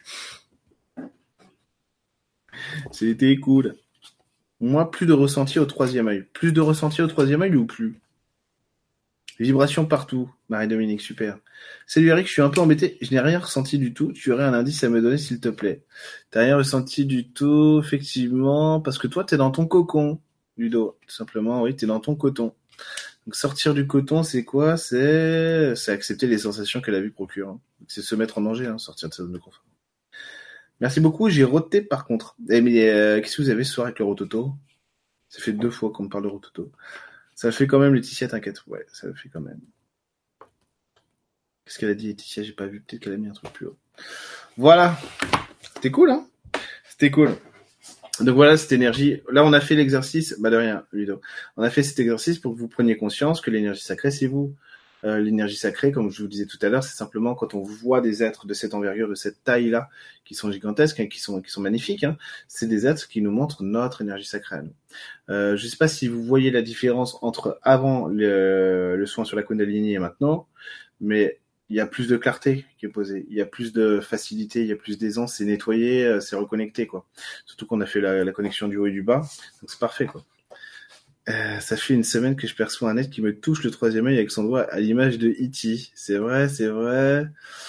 S1: C'était cool. Moi, plus de ressenti au troisième œil. Plus de ressenti au troisième œil ou plus? Vibrations partout. Marie-Dominique, super. Salut Eric, je suis un peu embêté. Je n'ai rien ressenti du tout. Tu aurais un indice à me donner, s'il te plaît. T'as rien ressenti du tout, effectivement, parce que toi, t'es dans ton cocon, Ludo. Tout simplement, oui, t'es dans ton coton. Donc, sortir du coton, c'est quoi? C'est accepter les sensations que la vie procure. Hein. C'est se mettre en danger, hein, sortir de sa zone de confort. Merci beaucoup. J'ai roté, par contre. Eh, mais, qu'est-ce que vous avez ce soir avec le rototo? Ça fait 2 fois qu'on me parle de rototo. Ça le fait quand même, Laetitia, t'inquiète. Ouais, ça le fait quand même. Qu'est-ce qu'elle a dit, Laetitia? J'ai pas vu. Peut-être qu'elle a mis un truc plus haut. Voilà. C'était cool, hein? C'était cool. Donc voilà cette énergie. Là, on a fait l'exercice. Bah de rien, Ludo. On a fait cet exercice pour que vous preniez conscience que l'énergie sacrée, c'est vous. L'énergie sacrée, comme je vous disais tout à l'heure, c'est simplement quand on voit des êtres de cette envergure, de cette taille-là, qui sont gigantesques, hein, qui sont magnifiques. Hein, c'est des êtres qui nous montrent notre énergie sacrée. Je ne sais pas si vous voyez la différence entre avant le soin sur la Kundalini et maintenant, mais il y a plus de clarté qui est posée, il y a plus de facilité, il y a plus d'aisance, c'est nettoyé, c'est reconnecté, quoi. Surtout qu'on a fait la connexion du haut et du bas, donc c'est parfait, quoi. Ça fait une semaine que je perçois un être qui me touche le troisième œil avec son doigt à l'image de E.T. C'est vrai, c'est vrai.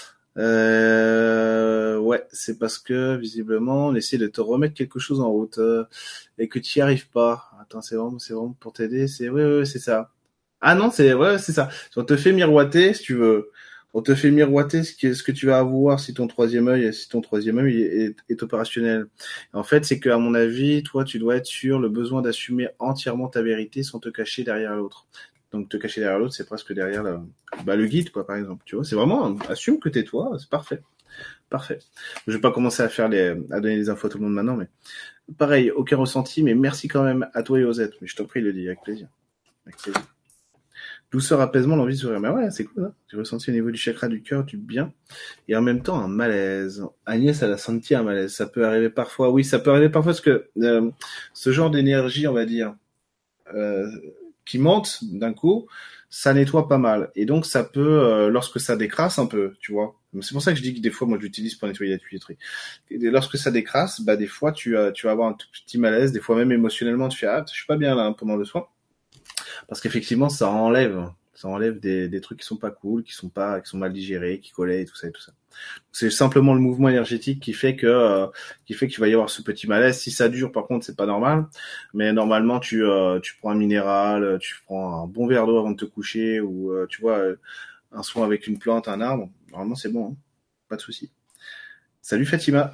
S1: Ouais, c'est parce que visiblement on essaie de te remettre quelque chose en route et que tu n'y arrives pas. Attends, c'est vraiment pour t'aider. C'est oui, c'est ça. Ah non, c'est ça. On te fait miroiter, si tu veux. On te fait miroiter ce que tu vas avoir si ton troisième œil est opérationnel. En fait, c'est que, à mon avis, toi, tu dois être sur le besoin d'assumer entièrement ta vérité sans te cacher derrière l'autre. Donc, te cacher derrière l'autre, c'est presque derrière le guide, quoi, par exemple. Tu vois, c'est vraiment, assume que t'es toi, c'est parfait. Parfait. Je vais pas commencer à donner des infos à tout le monde maintenant, mais pareil, aucun ressenti, mais merci quand même à toi et aux êtres. Mais je t'en prie, le dis avec plaisir. Avec plaisir. Douceur, apaisement, l'envie de sourire. Mais ouais, c'est cool, hein. J'ai ressenti au niveau du chakra du cœur du bien et en même temps un malaise. Agnès, elle a senti un malaise. Ça peut arriver parfois. Oui, ça peut arriver parfois parce que ce genre d'énergie, on va dire, euh, qui monte d'un coup, ça nettoie pas mal. Et donc ça peut, lorsque ça décrasse un peu, tu vois. C'est pour ça que je dis que des fois, moi, je l'utilise pour nettoyer la tuyauterie. Et lorsque ça décrasse, bah des fois, tu vas avoir un tout petit malaise. Des fois même émotionnellement, tu fais je suis pas bien là, hein, pendant le soin. Parce qu'effectivement, ça enlève des trucs qui sont pas cool, qui sont mal digérés, qui collaient et tout ça et tout ça. C'est simplement le mouvement énergétique qui fait qu'il va y avoir ce petit malaise. Si ça dure, par contre, c'est pas normal. Mais normalement, tu prends un minéral, tu prends un bon verre d'eau avant de te coucher, ou tu vois, un soin avec une plante, un arbre. Normalement, c'est bon, hein. Pas de souci. Salut Fatima.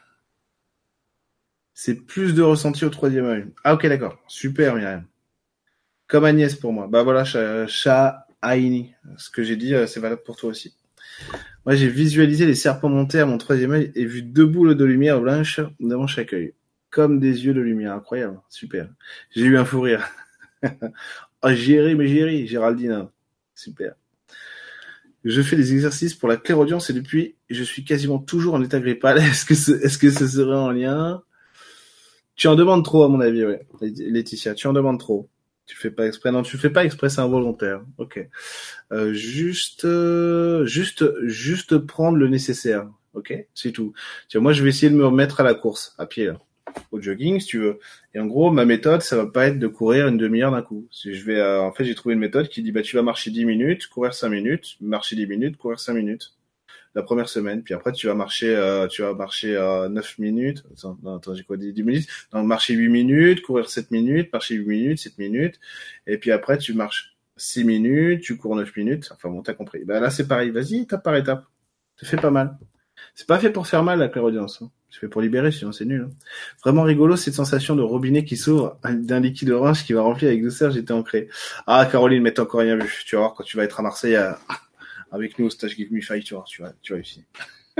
S1: C'est plus de ressenti au troisième œil. Ah ok, d'accord. Super, Myriam. Comme Agnès pour moi. Bah voilà, Aini. Ce que j'ai dit, c'est valable pour toi aussi. Moi, j'ai visualisé les serpents monter à mon troisième œil et vu deux boules de lumière blanche devant chaque œil. Comme des yeux de lumière. Incroyable. Super. J'ai eu un fou rire. Ah, j'ai ri, Géraldine. Hein. Super. Je fais des exercices pour la clairaudience et depuis, je suis quasiment toujours en état grippal. Est-ce que ce serait en lien? Tu en demandes trop, à mon avis, ouais. Laetitia, tu en demandes trop. Tu fais pas exprès. Non, tu fais pas exprès, c'est involontaire. Ok. Juste prendre le nécessaire. Ok, c'est tout. Tu vois, moi, je vais essayer de me remettre à la course, à pied, là, au jogging, si tu veux. Et en gros, ma méthode, ça va pas être de courir une demi-heure d'un coup. Si je vais, en fait, j'ai trouvé une méthode qui dit, bah, tu vas marcher 10 minutes, courir 5 minutes, marcher 10 minutes, courir 5 minutes. La première semaine, puis après tu vas marcher 9 minutes. Attends, j'ai quoi dit 10 minutes. Donc marcher 8 minutes, courir 7 minutes, marcher 8 minutes, 7 minutes, et puis après tu marches 6 minutes, tu cours 9 minutes. Enfin bon, t'as compris. Bah là c'est pareil. Vas-y, étape par étape. Ça fait pas mal. C'est pas fait pour faire mal la clairaudience. Hein. C'est fait pour libérer, sinon c'est nul. Hein. Vraiment rigolo cette sensation de robinet qui s'ouvre d'un liquide orange qui va remplir avec douceur. J'étais ancré. Ah Caroline, mais t'as encore rien vu. Tu vas voir quand tu vas être à Marseille avec nous au stage Give Me Five, tu vas réussir.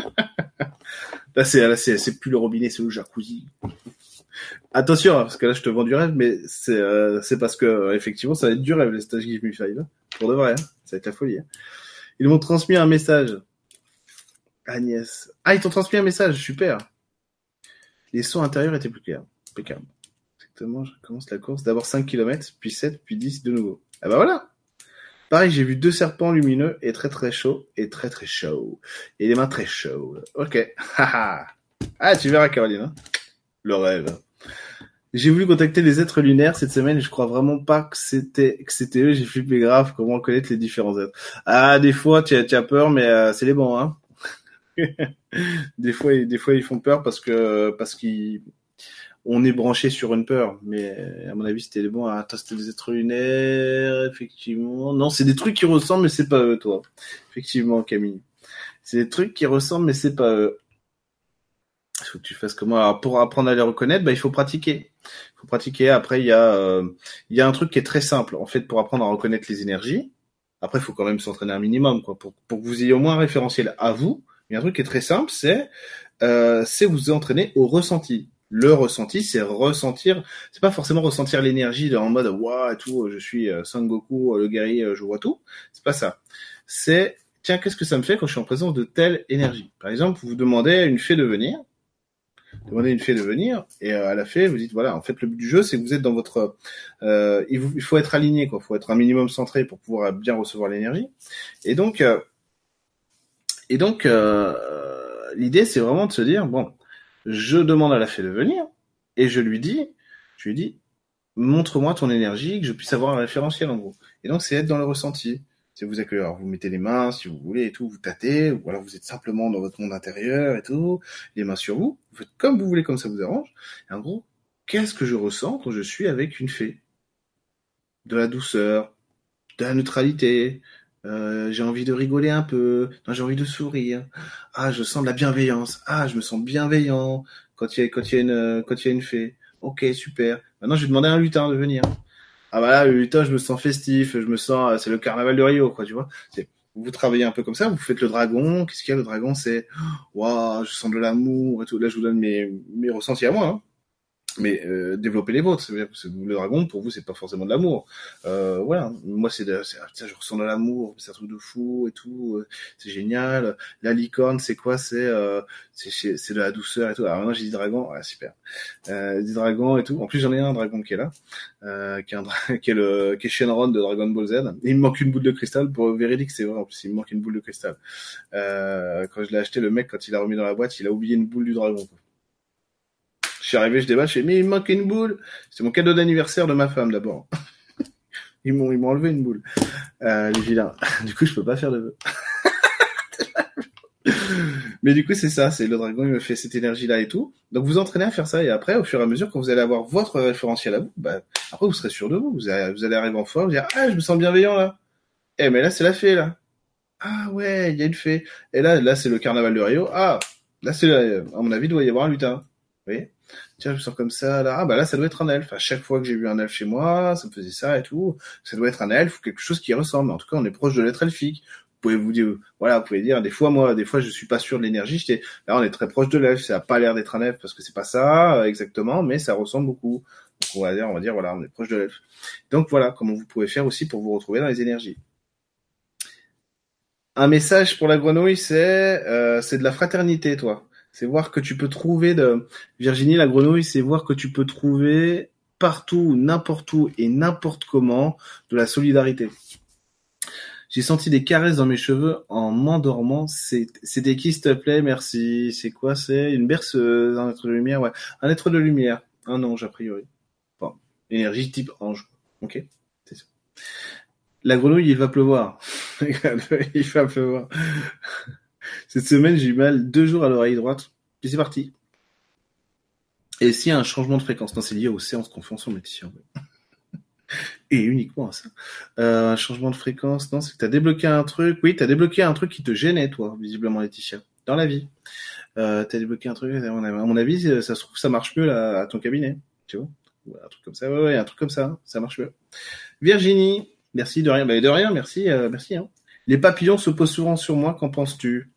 S1: C'est plus le robinet, c'est le jacuzzi. Attention, hein, parce que là, je te vends du rêve, mais c'est parce que, effectivement, ça va être du rêve, les stages Give Me Five. Hein. Pour de vrai, hein. Ça va être la folie. Hein. Ils m'ont transmis un message. Agnès. Ah, ils t'ont transmis un message, super. Les sons intérieurs étaient plus clairs. Impeccable. Exactement, je commence la course. D'abord 5 kilomètres, puis 7, puis 10 de nouveau. Ah bah voilà. Pareil, j'ai vu deux serpents lumineux et très très chauds, et très très chauds. Et les mains très chaudes. Ok. Ah, tu verras, Caroline. Hein. Le rêve. J'ai voulu contacter les êtres lunaires cette semaine et je crois vraiment pas que c'était eux. J'ai flippé grave. Comment connaître les différents êtres? Ah, des fois, tu as peur, mais c'est les bons, hein. Des fois, ils font peur parce qu'ils on est branché sur une peur. Mais à mon avis, c'était les bons. Ah, attends, c'était des êtres lunaires, effectivement. Non, c'est des trucs qui ressemblent, mais c'est pas eux, toi. Effectivement, Camille. C'est des trucs qui ressemblent, mais c'est pas eux. Il faut que tu fasses comment? Alors, pour apprendre à les reconnaître, bah, il faut pratiquer. Il faut pratiquer. Après, il y a un truc qui est très simple. En fait, pour apprendre à reconnaître les énergies, après, il faut quand même s'entraîner un minimum, quoi, pour que vous ayez au moins un référentiel à vous. Il y a un truc qui est très simple, c'est vous entraîner au ressenti. Le ressenti, c'est ressentir, c'est pas forcément ressentir l'énergie en mode, waouh, et tout, je suis Son Goku, le guerrier, je vois tout. C'est pas ça. C'est, tiens, qu'est-ce que ça me fait quand je suis en présence de telle énergie? Par exemple, vous demandez à une fée de venir, demandez à une fée de venir et à la fée vous dites voilà en fait le but du jeu c'est que vous êtes dans votre il faut être aligné quoi, il faut être un minimum centré pour pouvoir bien recevoir l'énergie et donc l'idée c'est vraiment de se dire bon je demande à la fée de venir et je lui dis montre-moi ton énergie que je puisse avoir un référentiel en gros et donc c'est être dans le ressenti. Si vous accueillez, alors vous mettez les mains si vous voulez et tout, vous tâtez, ou alors vous êtes simplement dans votre monde intérieur et tout, les mains sur vous, vous faites comme vous voulez, comme ça vous arrange. Et en gros, qu'est-ce que je ressens quand je suis avec une fée? De la douceur, de la neutralité. J'ai envie de rigoler un peu. Non, j'ai envie de sourire. Ah, je sens de la bienveillance. Ah, je me sens bienveillant quand il y a une fée. Ok, super. Maintenant, je vais demander à un lutin de venir. Ah bah là, le lutin, je me sens festif, je me sens, c'est le carnaval de Rio, quoi, tu vois. Vous travaillez un peu comme ça, vous faites le dragon. Qu'est-ce qu'il y a, le dragon? C'est, waouh, je sens de l'amour et tout. Là, je vous donne mes ressentis à moi, hein. Mais développer les vôtres. C'est-à-dire que le dragon, pour vous, c'est pas forcément de l'amour. Voilà. Moi, putain, je ressens de l'amour, c'est un truc de fou et tout. C'est génial. La licorne, c'est quoi? C'est de la douceur et tout. Alors maintenant, j'ai dit dragon. Ouais, super. Des dragons et tout. En plus, j'en ai un dragon qui est là, qui est Shenron de Dragon Ball Z. Et il me manque une boule de cristal. Pour véridique, c'est vrai. En plus, il me manque une boule de cristal. Quand je l'ai acheté, le mec, quand il a remis dans la boîte, il a oublié une boule du dragon, quoi. Je suis arrivé, je déballe, je fais, mais il me manque une boule. C'est mon cadeau d'anniversaire de ma femme, d'abord. Ils m'ont enlevé une boule. Les vilains. Du coup, je peux pas faire de vœux. Mais du coup, c'est ça, c'est le dragon, il me fait cette énergie-là et tout. Donc, vous entraînez à faire ça, et après, au fur et à mesure, quand vous allez avoir votre référentiel à vous, bah, après, vous serez sûr de vous. Vous allez arriver en forme, vous dire, ah, je me sens bienveillant, là. Eh, mais là, c'est la fée, là. Ah, ouais, il y a une fée. Et là, c'est le carnaval de Rio. Ah, là, à mon avis, il doit y avoir un lutin. Vous voyez? Tiens, je me sens comme ça, là. Ah, bah là, ça doit être un elfe. À chaque fois que j'ai vu un elfe chez moi, ça me faisait ça et tout. Ça doit être un elfe ou quelque chose qui ressemble. En tout cas, on est proche de l'être elfique. Vous pouvez vous dire, voilà, vous pouvez dire, des fois, je suis pas sûr de l'énergie. Là, on est très proche de l'elfe. Ça a pas l'air d'être un elfe parce que c'est pas ça, exactement, mais ça ressemble beaucoup. Donc, on va dire, voilà, on est proche de l'elfe. Donc, voilà, comment vous pouvez faire aussi pour vous retrouver dans les énergies. Un message pour la grenouille, c'est de la fraternité, toi. C'est voir que tu peux trouver de Virginie, la grenouille, c'est voir que tu peux trouver partout, n'importe où et n'importe comment de la solidarité. J'ai senti des caresses dans mes cheveux en m'endormant. C'était qui, s'il te plaît? Merci. C'est quoi? C'est une berceuse, un être de lumière, ouais. Un être de lumière. Un ange, a priori. Bon. Énergie type ange. Ok. C'est ça. La grenouille, il va pleuvoir. Il va pleuvoir. Cette semaine, j'ai eu mal 2 jours à l'oreille droite. Puis c'est parti. Et s'il y a un changement de fréquence, non, c'est lié aux séances qu'on fait ensemble, Laetitia. Et uniquement à ça. Un changement de fréquence, non, c'est que t'as débloqué un truc. Oui, t'as débloqué un truc qui te gênait, toi, visiblement, Laetitia. Dans la vie. T'as débloqué un truc, à mon avis, ça se trouve, ça marche mieux, là, à ton cabinet. Tu vois? Un truc comme ça, ouais, un truc comme ça, ça marche mieux. Virginie, merci de rien. Bah, de rien, merci, merci, hein. Les papillons se posent souvent sur moi, qu'en penses-tu?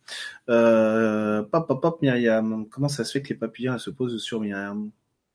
S1: Pop, Myriam. Comment ça se fait que les papillons elles se posent sur Myriam?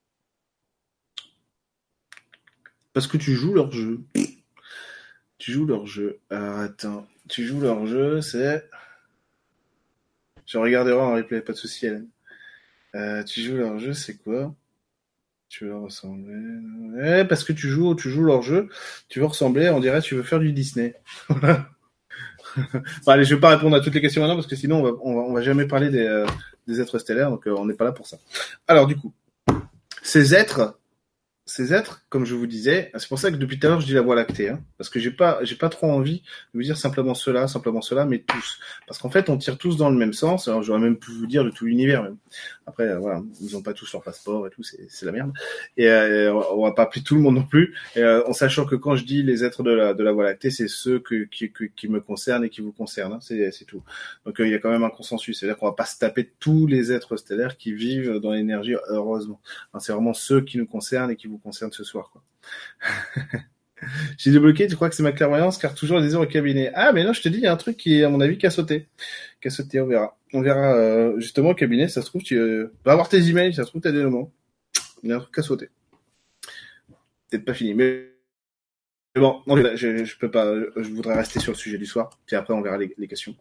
S1: Parce que tu joues leur jeu. Tu joues leur jeu. Alors attends. Tu joues leur jeu, c'est... Je regarderai en replay, pas de souci, Hélène. Tu joues leur jeu, c'est quoi? Tu veux ressembler... Ouais, parce que tu joues leur jeu, tu veux ressembler, on dirait tu veux faire du Disney. Voilà. Bon, allez, je vais pas répondre à toutes les questions maintenant, parce que sinon on va jamais parler des êtres stellaires, donc on n'est pas là pour ça. Alors du coup, ces êtres, comme je vous disais, c'est pour ça que depuis tout à l'heure je dis la Voie lactée, hein, parce que j'ai pas trop envie de vous dire simplement cela, mais tous, parce qu'en fait on tire tous dans le même sens. Alors j'aurais même pu vous dire de tout l'univers même. Après voilà, ils ont pas tous leur passeport et tout, c'est la merde. Et on va pas appeler tout le monde non plus, en sachant que quand je dis les êtres de la Voie lactée, c'est ceux qui me concernent et qui vous concernent, hein, c'est tout. Donc il y a quand même un consensus, c'est-à-dire qu'on va pas se taper tous les êtres stellaires qui vivent dans l'énergie, heureusement. Enfin, c'est vraiment ceux qui nous concernent et qui vous concernent ce soir, quoi. J'ai débloqué, tu crois que c'est ma clairvoyance, car toujours les heures au cabinet. Ah, mais non, je te dis, il y a un truc qui, à mon avis, qui a sauté. Qui a sauté, on verra. On verra, justement, au cabinet, ça se trouve, tu vas avoir tes emails, ça se trouve, t'as des moments. Il y a un truc qui a sauté. Peut-être pas fini, mais bon, non, je peux pas, je voudrais rester sur le sujet du soir, puis après, on verra les questions.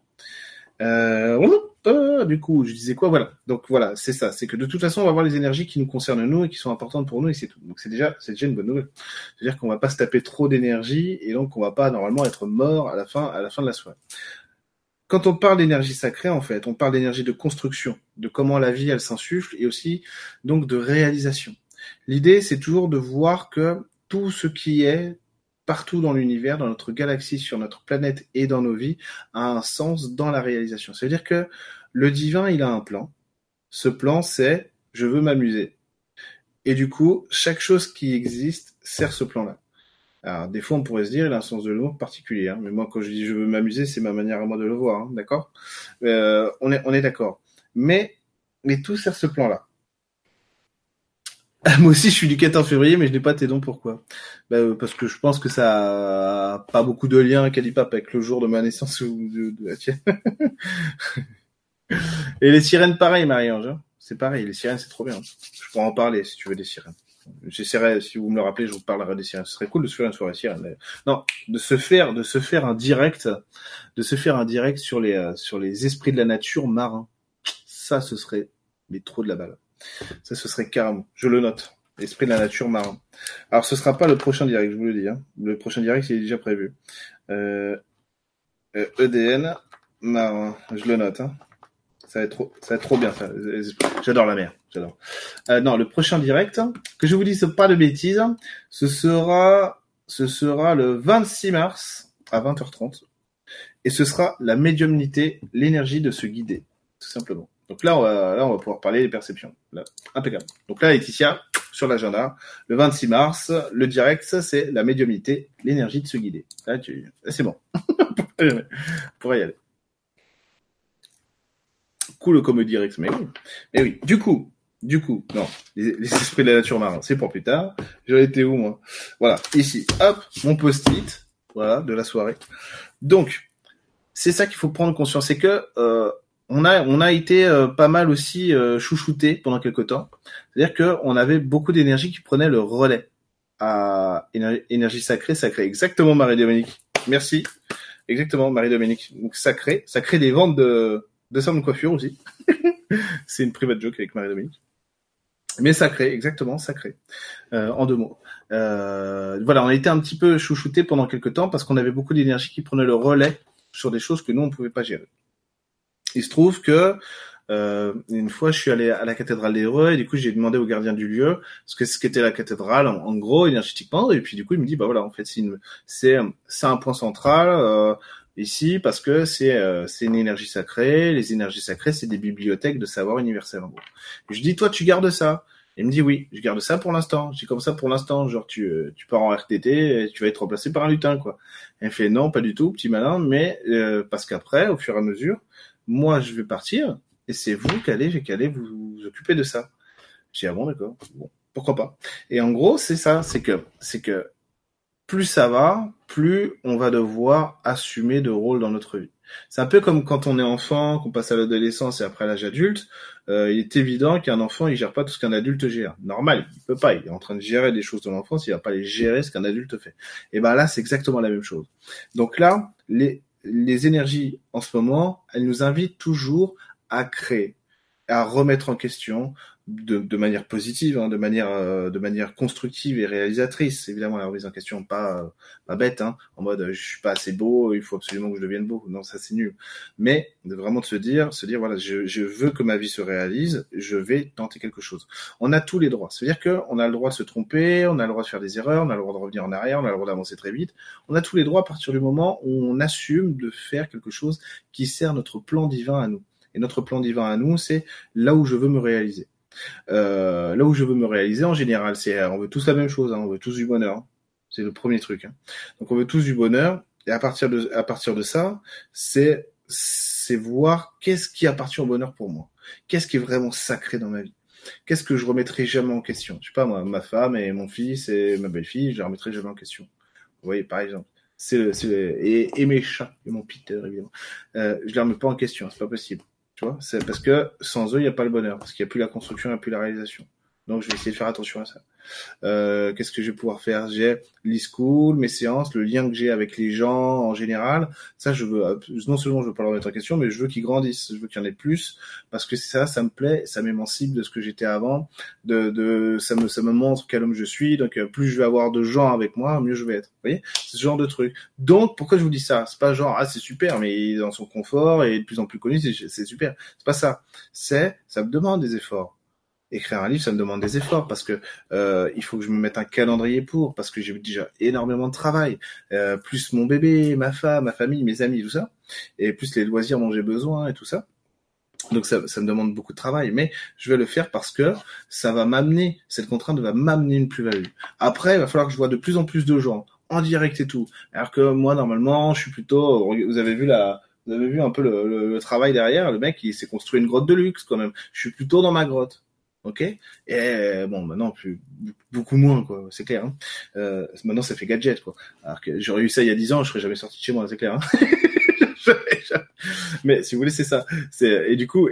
S1: Du coup, je disais quoi? Voilà. Donc voilà, c'est ça. C'est que de toute façon, on va voir les énergies qui nous concernent nous et qui sont importantes pour nous et c'est tout. Donc c'est déjà une bonne nouvelle. C'est-à-dire qu'on va pas se taper trop d'énergie et donc on va pas normalement être mort à la fin de la soirée. Quand on parle d'énergie sacrée, en fait, on parle d'énergie de construction, de comment la vie elle s'insuffle et aussi donc de réalisation. L'idée, c'est toujours de voir que tout ce qui est partout dans l'univers, dans notre galaxie, sur notre planète et dans nos vies, a un sens dans la réalisation. C'est-à-dire que le divin, il a un plan. Ce plan, c'est je veux m'amuser. Et du coup, chaque chose qui existe sert ce plan-là. Alors, des fois, on pourrait se dire, il a un sens de l'humour particulier, hein. Mais moi, quand je dis je veux m'amuser, c'est ma manière à moi de le voir, hein, d'accord? On est d'accord. Mais tout sert ce plan-là. Moi aussi, je suis du 14 février, mais je n'ai pas tes dons. Pourquoi? Parce que je pense que ça a pas beaucoup de lien, Calipap, avec le jour de ma naissance ou de la tienne. Et les sirènes, pareil, Marie-Ange, hein. C'est pareil, les sirènes, c'est trop bien. Je pourrais en parler, si tu veux, des sirènes. J'essaierai, si vous me le rappelez, je vous parlerai des sirènes. Ce serait cool de se faire une soirée sirène, d'ailleurs. Non, de se faire un direct sur les esprits de la nature marins. Ça, ce serait, mais trop de la balle. Ça, ce serait carrément. Je le note. Esprit de la nature marin. Alors, ce sera pas le prochain direct, je vous le dis, hein. Le prochain direct, il est déjà prévu. EDN marin. Je le note, hein. Ça va être trop bien, ça. J'adore la mer. J'adore. Non, le prochain direct, que je vous dise pas de bêtises, ce sera le 26 mars à 20h30. Et ce sera la médiumnité, l'énergie de se guider, tout simplement. Donc là, on va pouvoir parler des perceptions. Là, impeccable. Donc là, Laetitia, sur l'agenda, le 26 mars, le direct, ça, c'est la médiumnité, l'énergie de se guider. Là, c'est bon. On pourrait y aller. Cool comme direct, mais oui. Mais oui. Du coup, non. Les esprits de la nature marine, c'est pour plus tard. J'en étais où, moi? Voilà. Ici, hop, mon post-it. Voilà, de la soirée. Donc, c'est ça qu'il faut prendre conscience. C'est que, on a été pas mal aussi chouchouté pendant quelque temps. C'est-à-dire que on avait beaucoup d'énergie qui prenait le relais à énergie sacrée, exactement Marie-Dominique. Merci. Exactement Marie-Dominique. Donc ça crée des ventes de salons de coiffure aussi. C'est une private joke avec Marie-Dominique. Mais sacré, exactement, sacré. En 2 mots. Voilà, on a été un petit peu chouchouté pendant quelques temps parce qu'on avait beaucoup d'énergie qui prenait le relais sur des choses que nous, on pouvait pas gérer. Il se trouve que une fois, je suis allé à la cathédrale d'Evreux et du coup, j'ai demandé au gardien du lieu ce qu'était la cathédrale en gros énergétiquement et puis du coup, il me dit bah voilà, en fait, c'est un point central ici parce que c'est une énergie sacrée. Les énergies sacrées, c'est des bibliothèques de savoir universel en gros. Et je dis toi, tu gardes ça. Il me dit oui, je garde ça pour l'instant. Je dis comme ça pour l'instant, genre tu pars en RTT, et tu vas être remplacé par un lutin quoi. Il me fait non, pas du tout, petit malin, mais parce qu'après, au fur et à mesure, moi je vais partir et c'est vous qui allez vous occuper de ça. J'ai dit ah bon d'accord, bon pourquoi pas. Et en gros c'est ça, c'est que plus ça va, plus on va devoir assumer de rôles dans notre vie. C'est un peu comme quand on est enfant, qu'on passe à l'adolescence et après à l'âge adulte. Il est évident qu'un enfant, il gère pas tout ce qu'un adulte gère. Normal, il peut pas. Il est en train de gérer des choses de l'enfance, il va pas les gérer ce qu'un adulte fait. Et ben là, c'est exactement la même chose. Donc là, les énergies en ce moment, elles nous invitent toujours à créer, à remettre en question de manière positive, hein, de manière constructive et réalisatrice. Évidemment, la remise en question pas bête, hein, en mode je suis pas assez beau, il faut absolument que je devienne beau. Non, ça c'est nul. Mais vraiment de se dire voilà, je veux que ma vie se réalise, je vais tenter quelque chose. On a tous les droits. C'est-à-dire que on a le droit de se tromper, on a le droit de faire des erreurs, on a le droit de revenir en arrière, on a le droit d'avancer très vite. On a tous les droits à partir du moment où on assume de faire quelque chose qui sert notre plan divin à nous. Et notre plan divin à nous, c'est là où je veux me réaliser. Là où je veux me réaliser, en général, on veut tous la même chose, hein, on veut tous du bonheur. Hein. C'est le premier truc. Hein. Donc on veut tous du bonheur, et à partir de ça, c'est voir qu'est-ce qui appartient au bonheur pour moi. Qu'est-ce qui est vraiment sacré dans ma vie. Qu'est-ce que je remettrai jamais en question. Je sais pas moi, ma femme et mon fils et ma belle-fille, je les remettrai jamais en question. Vous voyez, par exemple. Et mes chats, et mon Peter, évidemment. Je les remets pas en question, c'est pas possible. Tu vois, c'est parce que sans eux, il n'y a pas le bonheur, parce qu'il n'y a plus la construction, il n'y a plus la réalisation. Donc, je vais essayer de faire attention à ça. Qu'est-ce que je vais pouvoir faire? J'ai l'e-school, mes séances, le lien que j'ai avec les gens en général. Ça, je veux, non seulement je veux pas leur mettre en question, mais je veux qu'ils grandissent. Je veux qu'il y en ait plus, parce que ça me plaît, ça m'émancipe de ce que j'étais avant. Ça me montre quel homme je suis. Donc, plus je vais avoir de gens avec moi, mieux je vais être. Vous voyez? C'est ce genre de truc. Donc, pourquoi je vous dis ça? C'est pas genre, c'est super, mais il est dans son confort et de plus en plus connu, c'est super. C'est pas ça. Ça me demande des efforts. Écrire un livre, ça me demande des efforts parce que il faut que je me mette un calendrier parce que j'ai déjà énormément de travail, plus mon bébé, ma femme, ma famille, mes amis, tout ça, et plus les loisirs dont j'ai besoin et tout ça. Donc ça me demande beaucoup de travail, mais je vais le faire parce que ça va m'amener, cette contrainte va m'amener une plus-value. Après, il va falloir que je vois de plus en plus de gens en direct et tout. Alors que moi, normalement, je suis plutôt, vous avez vu un peu le travail derrière. Le mec, il s'est construit une grotte de luxe quand même. Je suis plutôt dans ma grotte. Ok. Et bon, maintenant plus beaucoup moins quoi, c'est clair. Hein. Maintenant, ça fait gadget quoi. Alors que j'aurais eu ça il y a 10 ans, je serais jamais sorti de chez moi, c'est clair. Hein. Mais si vous voulez, c'est ça. C'est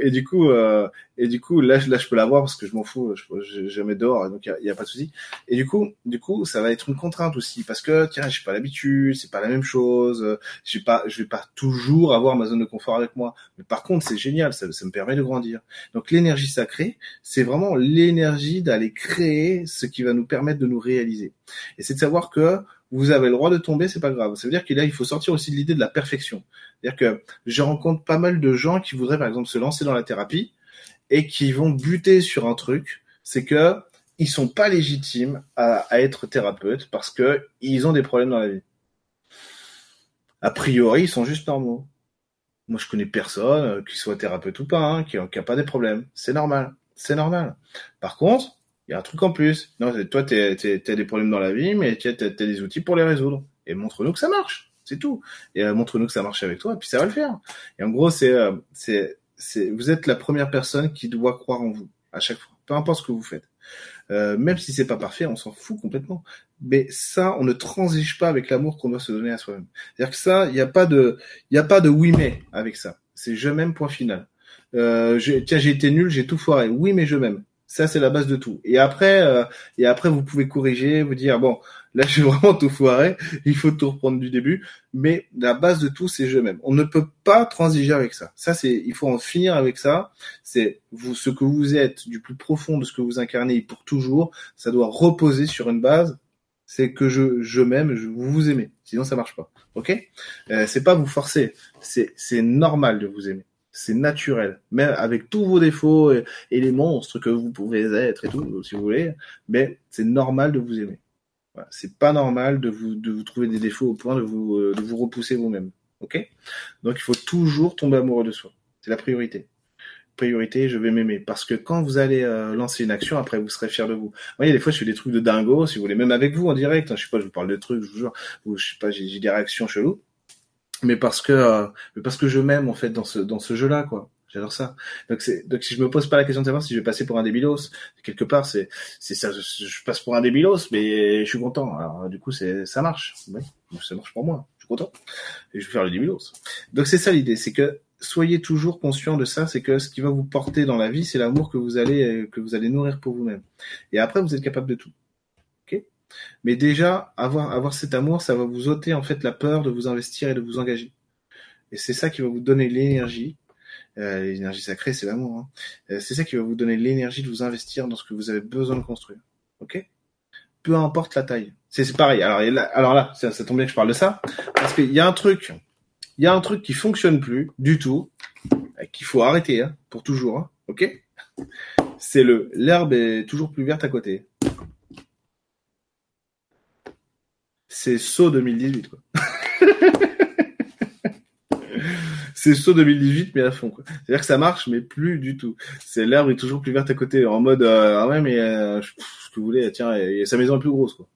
S1: et du coup, là, je peux l'avoir parce que je m'en fous. Je mets dehors, donc il y a pas de souci. Et du coup, ça va être une contrainte aussi parce que tiens, j'ai pas l'habitude, c'est pas la même chose. Je vais pas toujours avoir ma zone de confort avec moi. Mais par contre, c'est génial, ça me permet de grandir. Donc l'énergie sacrée, c'est vraiment l'énergie d'aller créer ce qui va nous permettre de nous réaliser. Et c'est de savoir que vous avez le droit de tomber, c'est pas grave. Ça veut dire que là, il faut sortir aussi de l'idée de la perfection. C'est-à-dire que je rencontre pas mal de gens qui voudraient, par exemple, se lancer dans la thérapie et qui vont buter sur un truc, c'est que ils sont pas légitimes à être thérapeutes parce que ils ont des problèmes dans la vie. A priori, ils sont juste normaux. Moi, je connais personne, qui soit thérapeute ou pas, hein, qui a pas des problèmes. C'est normal. C'est normal. Par contre, il y a un truc en plus. Non, toi, t'as des problèmes dans la vie, mais t'as des outils pour les résoudre. Et montre-nous que ça marche. C'est tout. Et montre-nous que ça marche avec toi, et puis ça va le faire. Et en gros, vous êtes la première personne qui doit croire en vous à chaque fois, peu importe ce que vous faites. Même si c'est pas parfait, on s'en fout complètement. Mais ça, on ne transige pas avec l'amour qu'on doit se donner à soi-même. C'est-à-dire que ça, il y a pas de oui mais avec ça. C'est je m'aime point final. Tiens, j'ai été nul, j'ai tout foiré. Oui, mais je m'aime. Ça, c'est la base de tout. Et après, vous pouvez corriger, vous dire bon, là, j'ai vraiment tout foiré. Il faut tout reprendre du début. Mais la base de tout, c'est je m'aime. On ne peut pas transiger avec ça. Ça, il faut en finir avec ça. C'est vous, ce que vous êtes du plus profond de ce que vous incarnez pour toujours. Ça doit reposer sur une base. C'est que je m'aime, vous vous aimez. Sinon, ça marche pas. Ok? C'est pas vous forcer. C'est normal de vous aimer. C'est naturel, même avec tous vos défauts et les monstres que vous pouvez être et tout, si vous voulez. Mais c'est normal de vous aimer. Voilà. C'est pas normal de vous trouver des défauts au point de vous repousser vous-même. Ok? Donc il faut toujours tomber amoureux de soi. C'est la priorité. Priorité, je vais m'aimer. Parce que quand vous allez lancer une action, après vous serez fier de vous. Vous voyez, des fois je fais des trucs de dingo, si vous voulez, même avec vous en direct. Hein, je sais pas, je vous parle de trucs, je vous jure, ou je sais pas, j'ai des réactions cheloues. Mais parce que je m'aime en fait dans ce jeu-là, quoi. J'adore ça. Donc si je me pose pas la question de savoir si je vais passer pour un débilos, quelque part c'est ça, je passe pour un débilos, mais je suis content. Alors du coup ça marche, oui, ça marche pour moi. Je suis content et je vais faire le débilos. Donc c'est ça l'idée, c'est que soyez toujours conscient de ça, c'est que ce qui va vous porter dans la vie, c'est l'amour que vous allez nourrir pour vous-même. Et après vous êtes capable de tout. Ok? Mais déjà, avoir cet amour, ça va vous ôter en fait la peur de vous investir et de vous engager. Et c'est ça qui va vous donner l'énergie. L'énergie sacrée, c'est l'amour. Hein. C'est ça qui va vous donner l'énergie de vous investir dans ce que vous avez besoin de construire. Ok? Peu importe la taille. C'est pareil. Alors là, ça tombe bien que je parle de ça, parce qu'il y a un truc, qui fonctionne plus du tout, qu'il faut arrêter, hein, pour toujours. Hein. Ok? C'est l'herbe est toujours plus verte à côté. C'est saut 2018, quoi. C'est saut 2018, mais à fond, quoi. C'est-à-dire que ça marche, mais plus du tout. C'est l'herbe est toujours plus verte à côté, en mode ah ouais, mais ce que vous voulez, tiens, sa maison est plus grosse, quoi.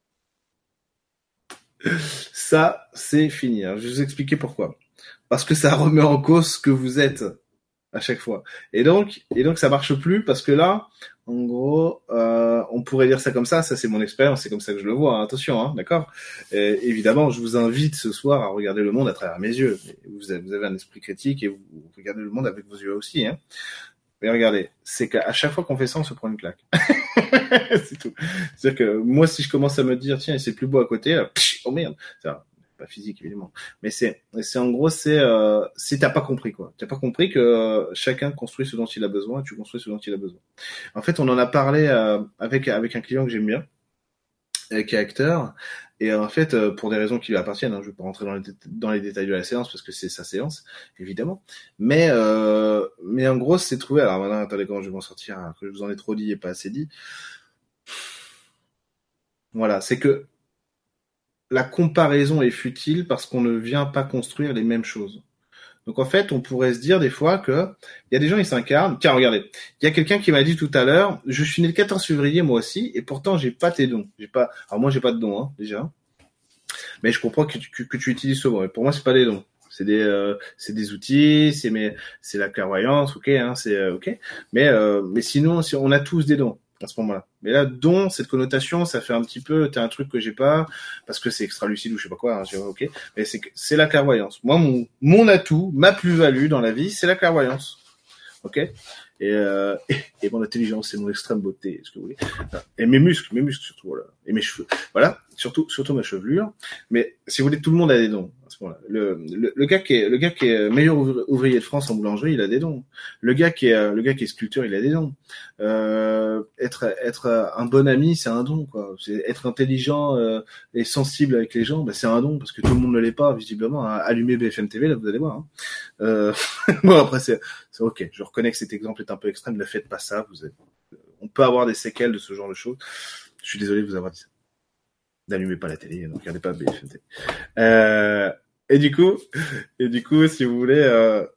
S1: Ça, c'est fini. Hein. Je vais vous expliquer pourquoi. Parce que ça remet en cause ce que vous êtes à chaque fois. Et donc ça marche plus parce que là, en gros, on pourrait dire ça comme ça c'est mon expérience, c'est comme ça que je le vois, hein, attention, hein, d'accord. Évidemment, je vous invite ce soir à regarder le monde à travers mes yeux. Vous avez un esprit critique et vous regardez le monde avec vos yeux aussi. Hein. Mais regardez, c'est qu'à chaque fois qu'on fait ça, on se prend une claque. C'est tout. C'est-à-dire que moi, si je commence à me dire, tiens, c'est plus beau à côté, là, oh merde, ça, pas physique évidemment, mais c'est en gros, c'est t'as pas compris quoi. T'as pas compris que chacun construit ce dont il a besoin, et tu construis ce dont il a besoin. En fait, on en a parlé avec un client que j'aime bien, qui est acteur. Et en fait, pour des raisons qui lui appartiennent, hein, je ne vais pas rentrer dans les détails de la séance parce que c'est sa séance, évidemment. Mais en gros, c'est trouvé. Alors maintenant, attendez, comment je vais m'en sortir, hein, que je vous en ai trop dit et pas assez dit. Voilà, c'est que la comparaison est futile parce qu'on ne vient pas construire les mêmes choses. Donc en fait, on pourrait se dire des fois que il y a des gens ils s'incarnent. Tiens, regardez, il y a quelqu'un qui m'a dit tout à l'heure, je suis né le 14 février moi aussi, et pourtant j'ai pas tes dons. Alors moi j'ai pas de dons, hein, déjà. Mais je comprends que tu utilises ce mot. Et pour moi, c'est pas des dons. C'est des outils, c'est la clairvoyance, ok, hein, ok. Mais sinon, si on a tous des dons à ce moment-là. Mais là, don, cette connotation, ça fait un petit peu, t'as un truc que j'ai pas, parce que c'est extra lucide ou je sais pas quoi, hein, ok. Mais c'est la clairvoyance. Moi, mon atout, ma plus-value dans la vie, c'est la clairvoyance. Ok. Et mon intelligence, c'est mon extrême beauté, ce que vous voulez. Et mes muscles surtout, voilà. Et mes cheveux, voilà. Surtout ma chevelure. Mais si vous voulez, tout le monde a des dons à ce moment-là. Le gars qui est meilleur ouvrier de France en boulangerie, il a des dons. Le gars qui est sculpteur, il a des dons. Être un bon ami, c'est un don, quoi. C'est être intelligent et sensible avec les gens, bah, c'est un don parce que tout le monde ne l'est pas visiblement. Hein. Allumez BFM TV, là, vous allez voir. Hein. Bon après c'est ok. Je reconnais que cet exemple est un peu extrême. Ne faites pas ça. On peut avoir des séquelles de ce genre de choses. Je suis désolé de vous avoir dit ça. N'allumez pas la télé, ne regardez pas BFM TV. Et du coup, si vous voulez,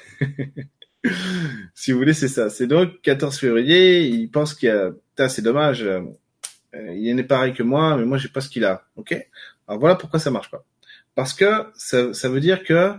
S1: si vous voulez, c'est ça. C'est donc 14 février. Il pense qu'il y a, putain, c'est dommage. Il n'est pareil que moi, mais moi j'ai pas ce qu'il a. Ok. Alors voilà pourquoi ça marche pas. Parce que ça veut dire que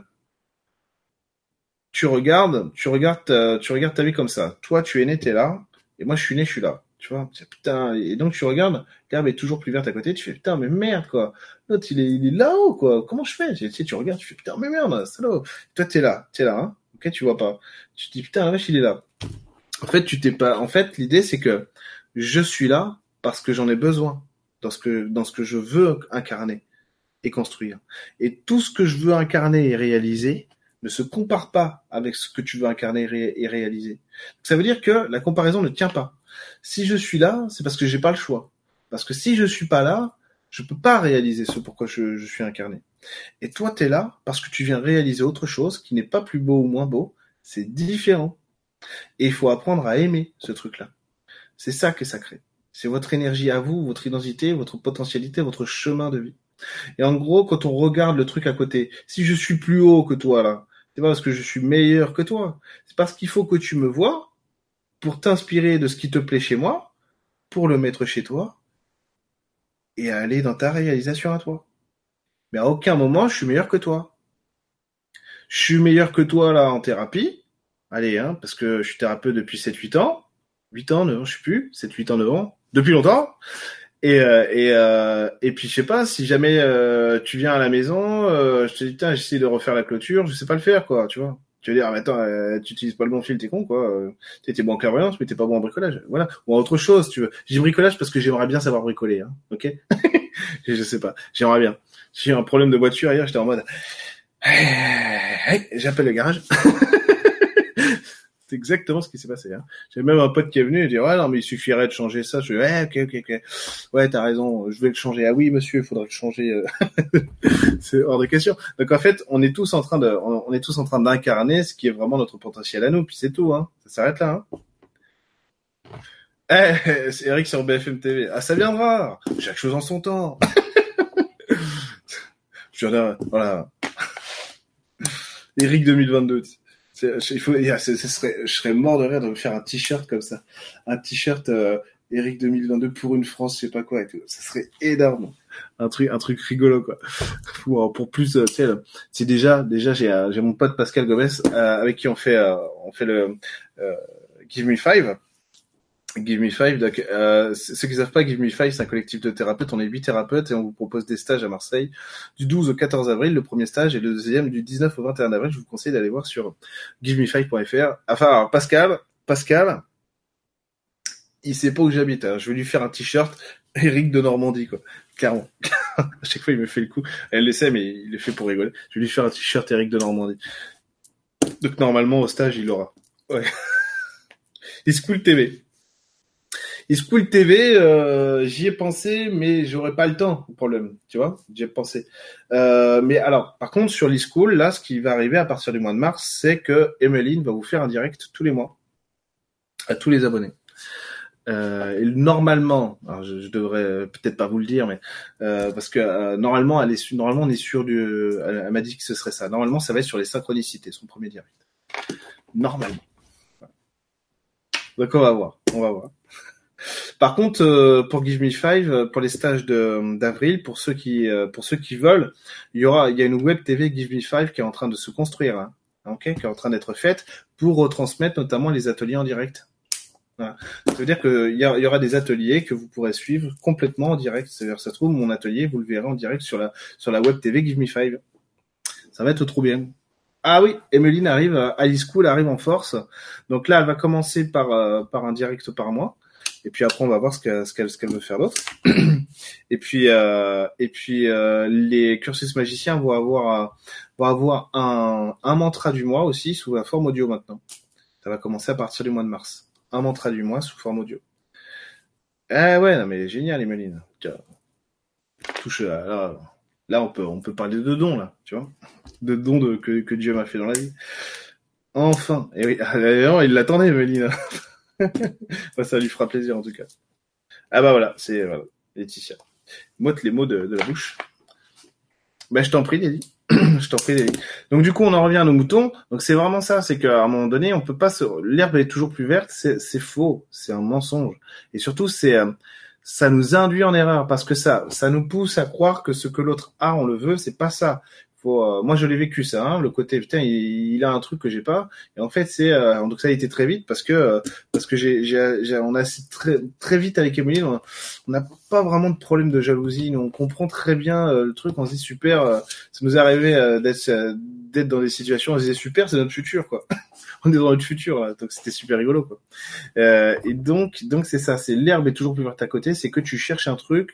S1: tu regardes ta vie comme ça. Toi, tu es né, t'es là, et moi, je suis né, je suis là. Tu vois, putain, et donc tu regardes, l'herbe est toujours plus verte à côté, tu fais putain, mais merde, quoi. L'autre, il est là-haut, quoi. Comment je fais? Tu regardes, tu fais putain, mais merde, salaud. Toi, t'es là, hein. Ok, tu vois pas. Tu te dis putain, la vache, il est là. En fait, tu t'es pas, en fait, l'idée, c'est que je suis là parce que j'en ai besoin dans ce que je veux incarner et construire. Et tout ce que je veux incarner et réaliser ne se compare pas avec ce que tu veux incarner et réaliser. Ça veut dire que la comparaison ne tient pas. Si je suis là, c'est parce que j'ai pas le choix. Parce que si je suis pas là, je peux pas réaliser ce pourquoi je suis incarné. Et toi, t'es là parce que tu viens réaliser autre chose qui n'est pas plus beau ou moins beau. C'est différent. Et il faut apprendre à aimer ce truc-là. C'est ça qui est sacré. C'est votre énergie à vous, votre identité, votre potentialité, votre chemin de vie. Et en gros, quand on regarde le truc à côté, si je suis plus haut que toi là, c'est pas parce que je suis meilleur que toi, c'est parce qu'il faut que tu me vois pour t'inspirer de ce qui te plaît chez moi, pour le mettre chez toi et aller dans ta réalisation à toi. Mais à aucun moment je suis meilleur que toi. Je suis meilleur que toi là en thérapie. Allez, hein, parce que je suis thérapeute depuis 7-8 ans. 8 ans, 9 ans, je sais plus. 7-8 ans, 9 ans. Depuis longtemps. Et puis je sais pas, si jamais tu viens à la maison, je te dis putain, j'essaie de refaire la clôture, je sais pas le faire quoi, tu vois. Tu veux dire, ah, mais attends, tu utilises pas le bon fil, t'es con quoi. T'es bon en clairvoyance, mais t'es pas bon en bricolage. Voilà. Ou en autre chose, tu veux. J'ai bricolage parce que j'aimerais bien savoir bricoler, hein. Ok. Je sais pas. J'aimerais bien. J'ai eu un problème de voiture hier, j'étais en mode, j'appelle le garage. C'est exactement ce qui s'est passé. Hein. J'ai même un pote qui est venu et dit ouais non mais il suffirait de changer ça. Je dis ouais ok. Ouais t'as raison, je vais le changer. Ah oui monsieur, il faudrait le changer. C'est hors de question. Donc en fait on est tous en train d'incarner ce qui est vraiment notre potentiel à nous. Puis c'est tout. Hein. Ça s'arrête là. Hein. C'est Eric sur BFM TV. Ah ça viendra. Chaque chose en son temps. Je veux dire, voilà. Eric 2022. Je serais mort de rire de me faire un t-shirt comme ça. Un t-shirt Eric 2022 pour une France, je sais pas quoi et tout. Ça serait énorme. Un truc rigolo quoi. Pour plus, tu sais, c'est déjà j'ai mon pote Pascal Gomez avec qui on fait le Give Me Five. Give Me Five, donc, ceux qui savent pas, Give Me Five, c'est un collectif de thérapeutes. On est 8 thérapeutes et on vous propose des stages à Marseille du 12 au 14 avril, le premier stage, et le deuxième du 19 au 21 avril. Je vous conseille d'aller voir sur givemefive.fr. Enfin, alors, Pascal, il sait pas où j'habite. Hein. Je vais lui faire un t-shirt Eric de Normandie, quoi. Clairement. À chaque fois, il me fait le coup. Elle le sait, mais il le fait pour rigoler. Je vais lui faire un t-shirt Eric de Normandie. Donc, normalement, au stage, il l'aura. Ouais. School TV. School TV, j'y ai pensé, mais j'aurais pas le temps, le problème, tu vois, j'y ai pensé. Mais alors, par contre, sur l'e-school, là, ce qui va arriver à partir du mois de mars, c'est que Emeline va vous faire un direct tous les mois, à tous les abonnés. Et normalement, alors je devrais peut-être pas vous le dire, mais parce que normalement, on est sûr elle m'a dit que ce serait ça. Normalement, ça va être sur les synchronicités, son premier direct. Normalement. Donc on va voir. Par contre, pour Give Me Five, pour les stages d'avril, pour ceux qui veulent, il y a une web TV Give Me Five qui est en train de se construire, hein, ok, qui est en train d'être faite pour retransmettre notamment les ateliers en direct. Voilà. Ça veut dire il y aura des ateliers que vous pourrez suivre complètement en direct. C'est-à-dire, ça se trouve, mon atelier, vous le verrez en direct sur la web TV Give Me Five. Ça va être trop bien. Ah oui, Emeline arrive, Alice School arrive en force. Donc là, elle va commencer par un direct par mois. Et puis après, on va voir ce qu'elle veut faire d'autre. Et puis, les cursus magiciens vont avoir un mantra du mois aussi sous la forme audio maintenant. Ça va commencer à partir du mois de mars. Un mantra du mois sous forme audio. Ah ouais, non mais génial, Emeline. Touche là, on peut parler de dons là, tu vois, de dons que Dieu m'a fait dans la vie. Enfin, et oui, d'ailleurs, il l'attendait, Emeline. Enfin, ça lui fera plaisir en tout cas. Ah bah voilà, c'est voilà, Laetitia. Motte les mots de la bouche. Bah je t'en prie, Lily. Je t'en prie, Lily. Donc du coup, on en revient à nos moutons. Donc c'est vraiment ça, c'est qu'à un moment donné, on peut pas l'herbe est toujours plus verte. C'est faux, c'est un mensonge. Et surtout, ça nous induit en erreur parce que ça nous pousse à croire que ce que l'autre a, on le veut. C'est pas ça. Moi, je l'ai vécu ça, hein, le côté putain, il a un truc que j'ai pas. Et en fait, donc ça a été très vite parce que on a très très vite avec Emeline, on n'a pas vraiment de problème de jalousie. Nous, on comprend très bien le truc. On se dit super. Ça nous est arrivé d'être dans des situations. On se disait super, c'est notre futur quoi. On est dans notre futur, là. Donc c'était super rigolo quoi. Et donc c'est ça, c'est l'herbe est toujours plus verte à côté, c'est que tu cherches un truc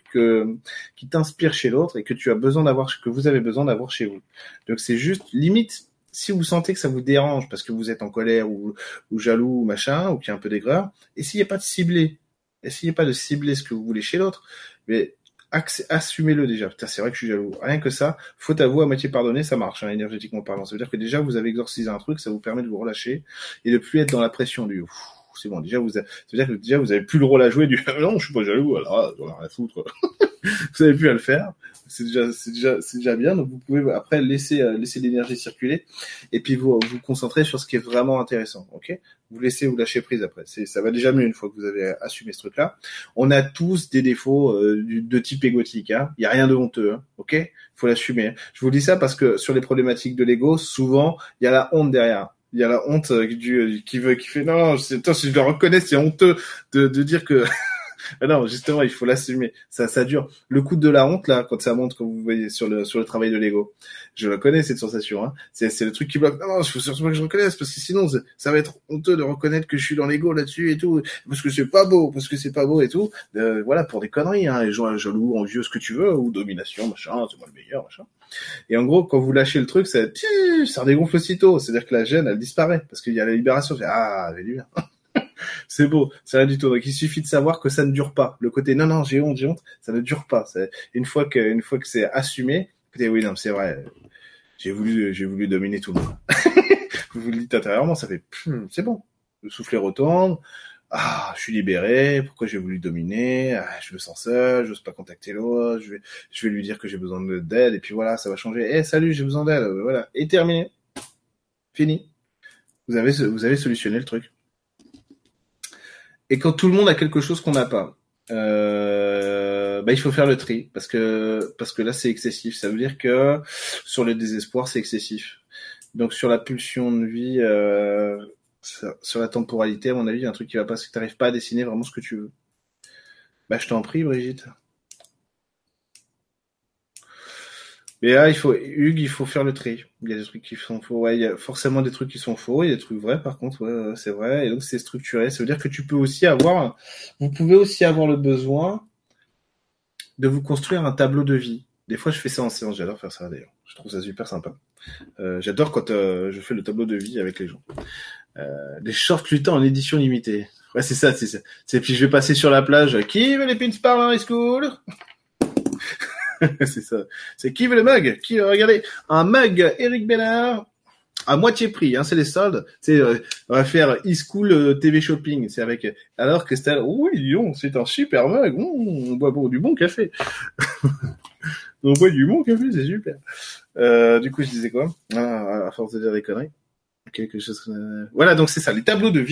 S1: qui t'inspire chez l'autre et que que vous avez besoin d'avoir chez vous. Donc c'est juste, limite, si vous sentez que ça vous dérange parce que vous êtes en colère ou jaloux ou machin, ou qu'il y a un peu d'aigreur, essayez pas de cibler. Essayez pas de cibler ce que vous voulez chez l'autre, mais assumez-le déjà. Putain, c'est vrai que je suis jaloux. Rien que ça, faute à vous, à moitié pardonné, ça marche, hein, énergétiquement parlant. Ça veut dire que déjà, vous avez exorcisé un truc, ça vous permet de vous relâcher et de plus être dans la pression du c'est bon, déjà ça veut dire que déjà vous avez plus le rôle à jouer du non, je suis pas jaloux, alors j'en ai rien à foutre. Vous avez plus à le faire. C'est déjà bien. Donc vous pouvez après laisser l'énergie circuler et puis vous concentrer sur ce qui est vraiment intéressant. Ok, vous lâchez prise après. Ça va déjà mieux une fois que vous avez assumé ce truc-là. On a tous des défauts de type égotique. Hein. Il y a rien de honteux. Hein. Ok, faut l'assumer. Hein. Je vous dis ça parce que sur les problématiques de l'ego, souvent il y a la honte derrière. Il y a la honte qui fait non, si je le reconnais, c'est honteux de dire que non, justement, il faut l'assumer. Ça dure. Le coup de la honte, là, quand ça monte, quand vous voyez sur le travail de l'ego. Je la connais, cette sensation, hein. C'est le truc qui bloque. Non, il faut surtout pas que je reconnaisse, parce que sinon, ça va être honteux de reconnaître que je suis dans l'ego là-dessus et tout. Parce que c'est pas beau et tout. Voilà, pour des conneries, hein. Les gens jaloux, envieux, ce que tu veux, ou domination, machin, c'est moi le meilleur, machin. Et en gros, quand vous lâchez le truc, ça redégonfle aussitôt. C'est-à-dire que la gêne, elle disparaît. Parce qu'il y a la libération. J'ai du bien. C'est beau, c'est rien du tout. Donc il suffit de savoir que ça ne dure pas. Le côté non, j'ai honte, ça ne dure pas. Une fois que c'est assumé, écoutez, oui, non, c'est vrai. J'ai voulu dominer tout le monde. Vous vous le dites intérieurement, ça fait, c'est bon. Le soufflet retombe. Ah, je suis libéré. Pourquoi j'ai voulu dominer? Ah, je me sens seul. J'ose pas contacter l'autre. Je vais lui dire que j'ai besoin d'aide. Et puis voilà, ça va changer. Salut, j'ai besoin d'aide. Voilà. Et terminé. Fini. Vous avez solutionné le truc. Et quand tout le monde a quelque chose qu'on n'a pas, il faut faire le tri parce que là c'est excessif. Ça veut dire que sur le désespoir c'est excessif. Donc sur la pulsion de vie, sur la temporalité, à mon avis, il y a un truc qui va pas, c'est que t'arrives pas à dessiner vraiment ce que tu veux. Bah je t'en prie, Brigitte. Mais là, Hugues, il faut faire le tri. Il y a des trucs qui sont faux. Ouais, il y a forcément des trucs qui sont faux. Il y a des trucs vrais, par contre, ouais, c'est vrai. Et donc, c'est structuré. Ça veut dire que vous pouvez aussi avoir le besoin de vous construire un tableau de vie. Des fois, je fais ça en séance. J'adore faire ça, d'ailleurs. Je trouve ça super sympa. J'adore quand je fais le tableau de vie avec les gens. Des shorts lutins en édition limitée. Ouais, c'est ça. Puis je vais passer sur la plage. Qui veut les pins par high school? C'est ça. C'est qui veut le mug? Regardez, un mug Eric Bellard à moitié prix, hein, c'est les soldes. On va faire e-school TV shopping, c'est avec alors que c'était oui, c'est un super mug. On boit du bon café. On boit du bon café, c'est super. Du coup, je disais quoi? À force de dire des conneries. Quelque chose. Voilà, donc c'est ça, les tableaux de vie.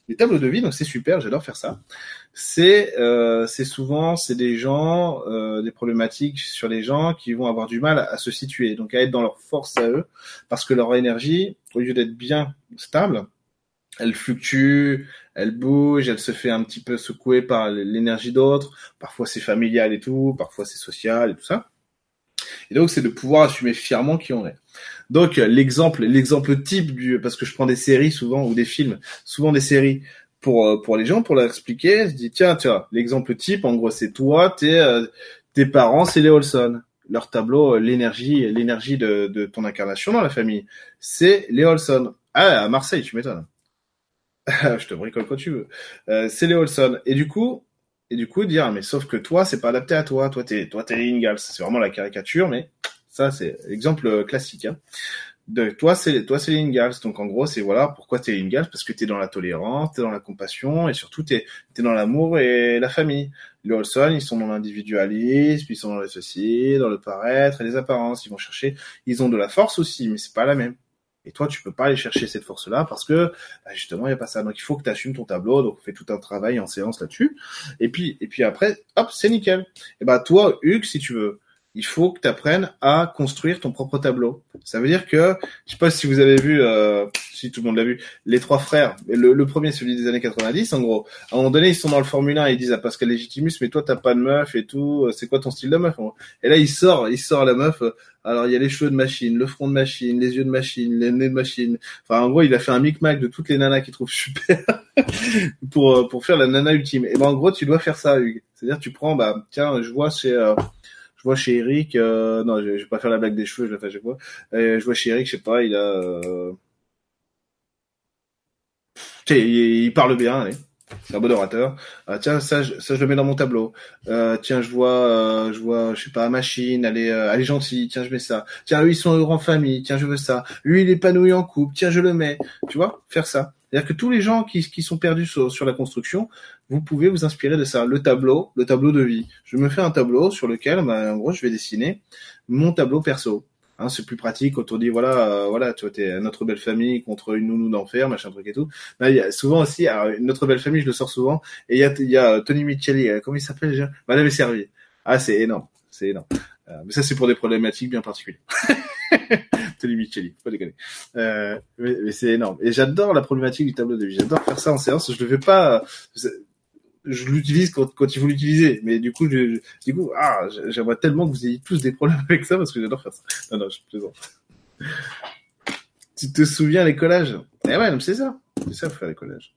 S1: Les tableaux de vie, donc c'est super, j'adore faire ça. C'est souvent c'est des gens, des problématiques sur les gens qui vont avoir du mal à se situer, donc à être dans leur force à eux, parce que leur énergie, au lieu d'être bien stable, elle fluctue, elle bouge, elle se fait un petit peu secouer par l'énergie d'autres. Parfois c'est familial et tout, parfois c'est social et tout ça. Et donc c'est de pouvoir assumer fièrement qui on est. Donc l'exemple type parce que je prends des séries souvent ou des films, souvent des séries pour les gens pour leur expliquer, je dis tiens l'exemple type en gros c'est toi, tes parents c'est les Olson. Leur tableau, l'énergie de ton incarnation dans la famille, c'est les Olson. Ah, à Marseille, tu m'étonnes. Je te bricole quand tu veux. C'est les Olson. Et du coup, dire, mais sauf que toi, c'est pas adapté à toi. Toi, t'es les Ingalls. C'est vraiment la caricature, mais ça, c'est l'exemple classique, hein. Toi, c'est les Ingalls. Donc, en gros, c'est voilà, pourquoi t'es les Ingalls? Parce que t'es dans la tolérance, t'es dans la compassion, et surtout, t'es dans l'amour et la famille. Les Olson, ils sont dans l'individualisme, ils sont dans le ceci, dans le paraître et les apparences. Ils ont de la force aussi, mais c'est pas la même. Et toi, tu peux pas aller chercher cette force-là parce que justement, il y a pas ça. Donc, il faut que tu assumes ton tableau. Donc, on fait tout un travail en séance là-dessus. Et puis après, hop, c'est nickel. Et ben toi, Hugues, si tu veux, il faut que tu apprennes à construire ton propre tableau. Ça veut dire que, je sais pas si vous avez vu, si tout le monde l'a vu, les trois frères. Le premier, celui des années 90, en gros. À un moment donné, ils sont dans le Formule 1 et ils disent à Pascal Légitimus, mais toi, t'as pas de meuf et tout. C'est quoi ton style de meuf? Et là, il sort la meuf. Alors, il y a les cheveux de machine, le front de machine, les yeux de machine, les nez de machine. Enfin, en gros, il a fait un micmac de toutes les nanas qu'il trouve super pour faire la nana ultime. Et ben, en gros, tu dois faire ça, Hugues. C'est-à-dire, tu prends, tiens, je vois chez Eric, non, je vais pas faire la blague des cheveux, je la fais à chaque fois. Je vois chez Eric, je sais pas, il parle bien, allez. C'est un bon orateur. Tiens, ça, je le mets dans mon tableau. Tiens, je vois, je sais pas, machine, elle est gentille. Tiens, je mets ça. Tiens, eux, ils sont heureux en famille. Tiens, je veux ça. Lui, il est épanoui en couple. Tiens, je le mets. Tu vois, faire ça. C'est-à-dire que tous les gens qui sont perdus sur la construction, vous pouvez vous inspirer de ça. Le tableau de vie. Je me fais un tableau sur lequel, en gros, je vais dessiner mon tableau perso. Hein, c'est plus pratique quand on dit voilà, tu vois, t'es notre belle famille contre une nounou d'enfer, machin truc et tout. Là, il y a souvent aussi, alors, notre belle famille, je le sors souvent, et il y a Tony Micheli, comment il s'appelle déjà? Madame est servie. Ah, c'est énorme, c'est énorme. Mais ça, c'est pour des problématiques bien particulières. Tony Micheli, faut pas déconner. Mais c'est énorme. Et j'adore la problématique du tableau de vie. J'adore faire ça en séance. Je le fais pas. Je l'utilise quand il faut l'utiliser. Mais du coup, j'aimerais tellement que vous ayez tous des problèmes avec ça parce que j'adore faire ça. Non, je plaisante. Tu te souviens les collages? Eh ouais, non, c'est ça. C'est ça, faut faire les collages.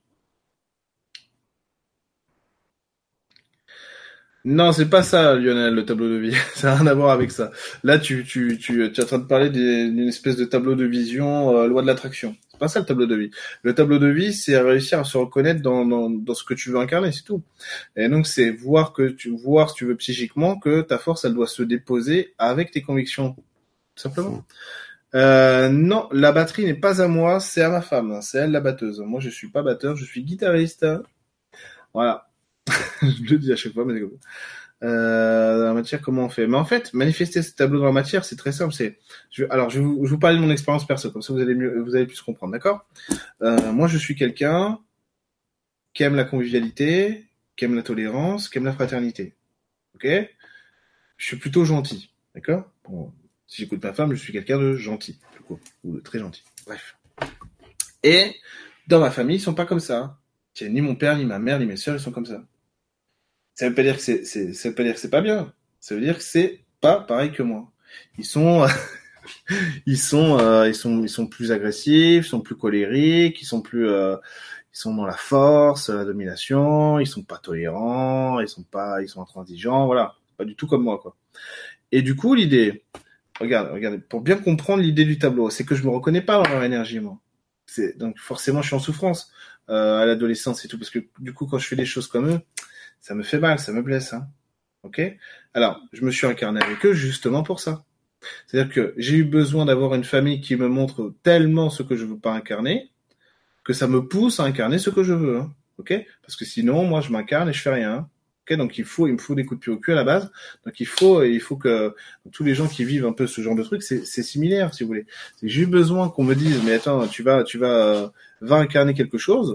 S1: Non, c'est pas ça, Lionel, le tableau de vie. Ça n'a rien à voir avec ça. Là, tu es en train de parler d'une espèce de tableau de vision, loi de l'attraction. C'est pas ça le tableau de vie. Le tableau de vie, c'est réussir à se reconnaître dans ce que tu veux incarner, c'est tout. Et donc, c'est voir, si tu veux, psychiquement, que ta force, elle doit se déposer avec tes convictions. Tout simplement. Non, la batterie n'est pas à moi, c'est à ma femme. C'est elle la batteuse. Moi, je suis pas batteur, je suis guitariste. Voilà. Je le dis à chaque fois, mais c'est comme ça. Dans la matière, comment on fait? Mais en fait, manifester ce tableau dans la matière, c'est très simple. Je vais vous parler de mon expérience perso, comme ça vous allez plus comprendre, d'accord? Moi, je suis quelqu'un qui aime la convivialité, qui aime la tolérance, qui aime la fraternité. Ok? Je suis plutôt gentil, d'accord? Bon, si j'écoute ma femme, je suis quelqu'un de gentil, tout court, ou de très gentil. Bref. Et dans ma famille, ils sont pas comme ça. Tiens, ni mon père, ni ma mère, ni mes sœurs, ils sont comme ça. Ça veut pas dire que ça veut pas dire que c'est pas bien. Ça veut dire que c'est pas pareil que moi. Ils sont, ils sont plus agressifs, ils sont plus colériques, ils sont dans la force, la domination, ils sont pas tolérants, ils sont intransigeants, voilà. Pas du tout comme moi, quoi. Et du coup, l'idée, regardez, pour bien comprendre l'idée du tableau, c'est que je me reconnais pas dans leur énergie, moi. Donc forcément, je suis en souffrance, à l'adolescence et tout, parce que du coup, quand je fais des choses comme eux, ça me fait mal, ça me blesse, hein. Ok? Alors, je me suis incarné avec eux justement pour ça. C'est-à-dire que j'ai eu besoin d'avoir une famille qui me montre tellement ce que je veux pas incarner, que ça me pousse à incarner ce que je veux, hein. Ok? Parce que sinon, moi, je m'incarne et je fais rien, hein. Ok? Donc il me faut des coups de pied au cul à la base. Donc il faut que tous les gens qui vivent un peu ce genre de truc, c'est similaire, si vous voulez. J'ai eu besoin qu'on me dise, mais attends, va incarner quelque chose.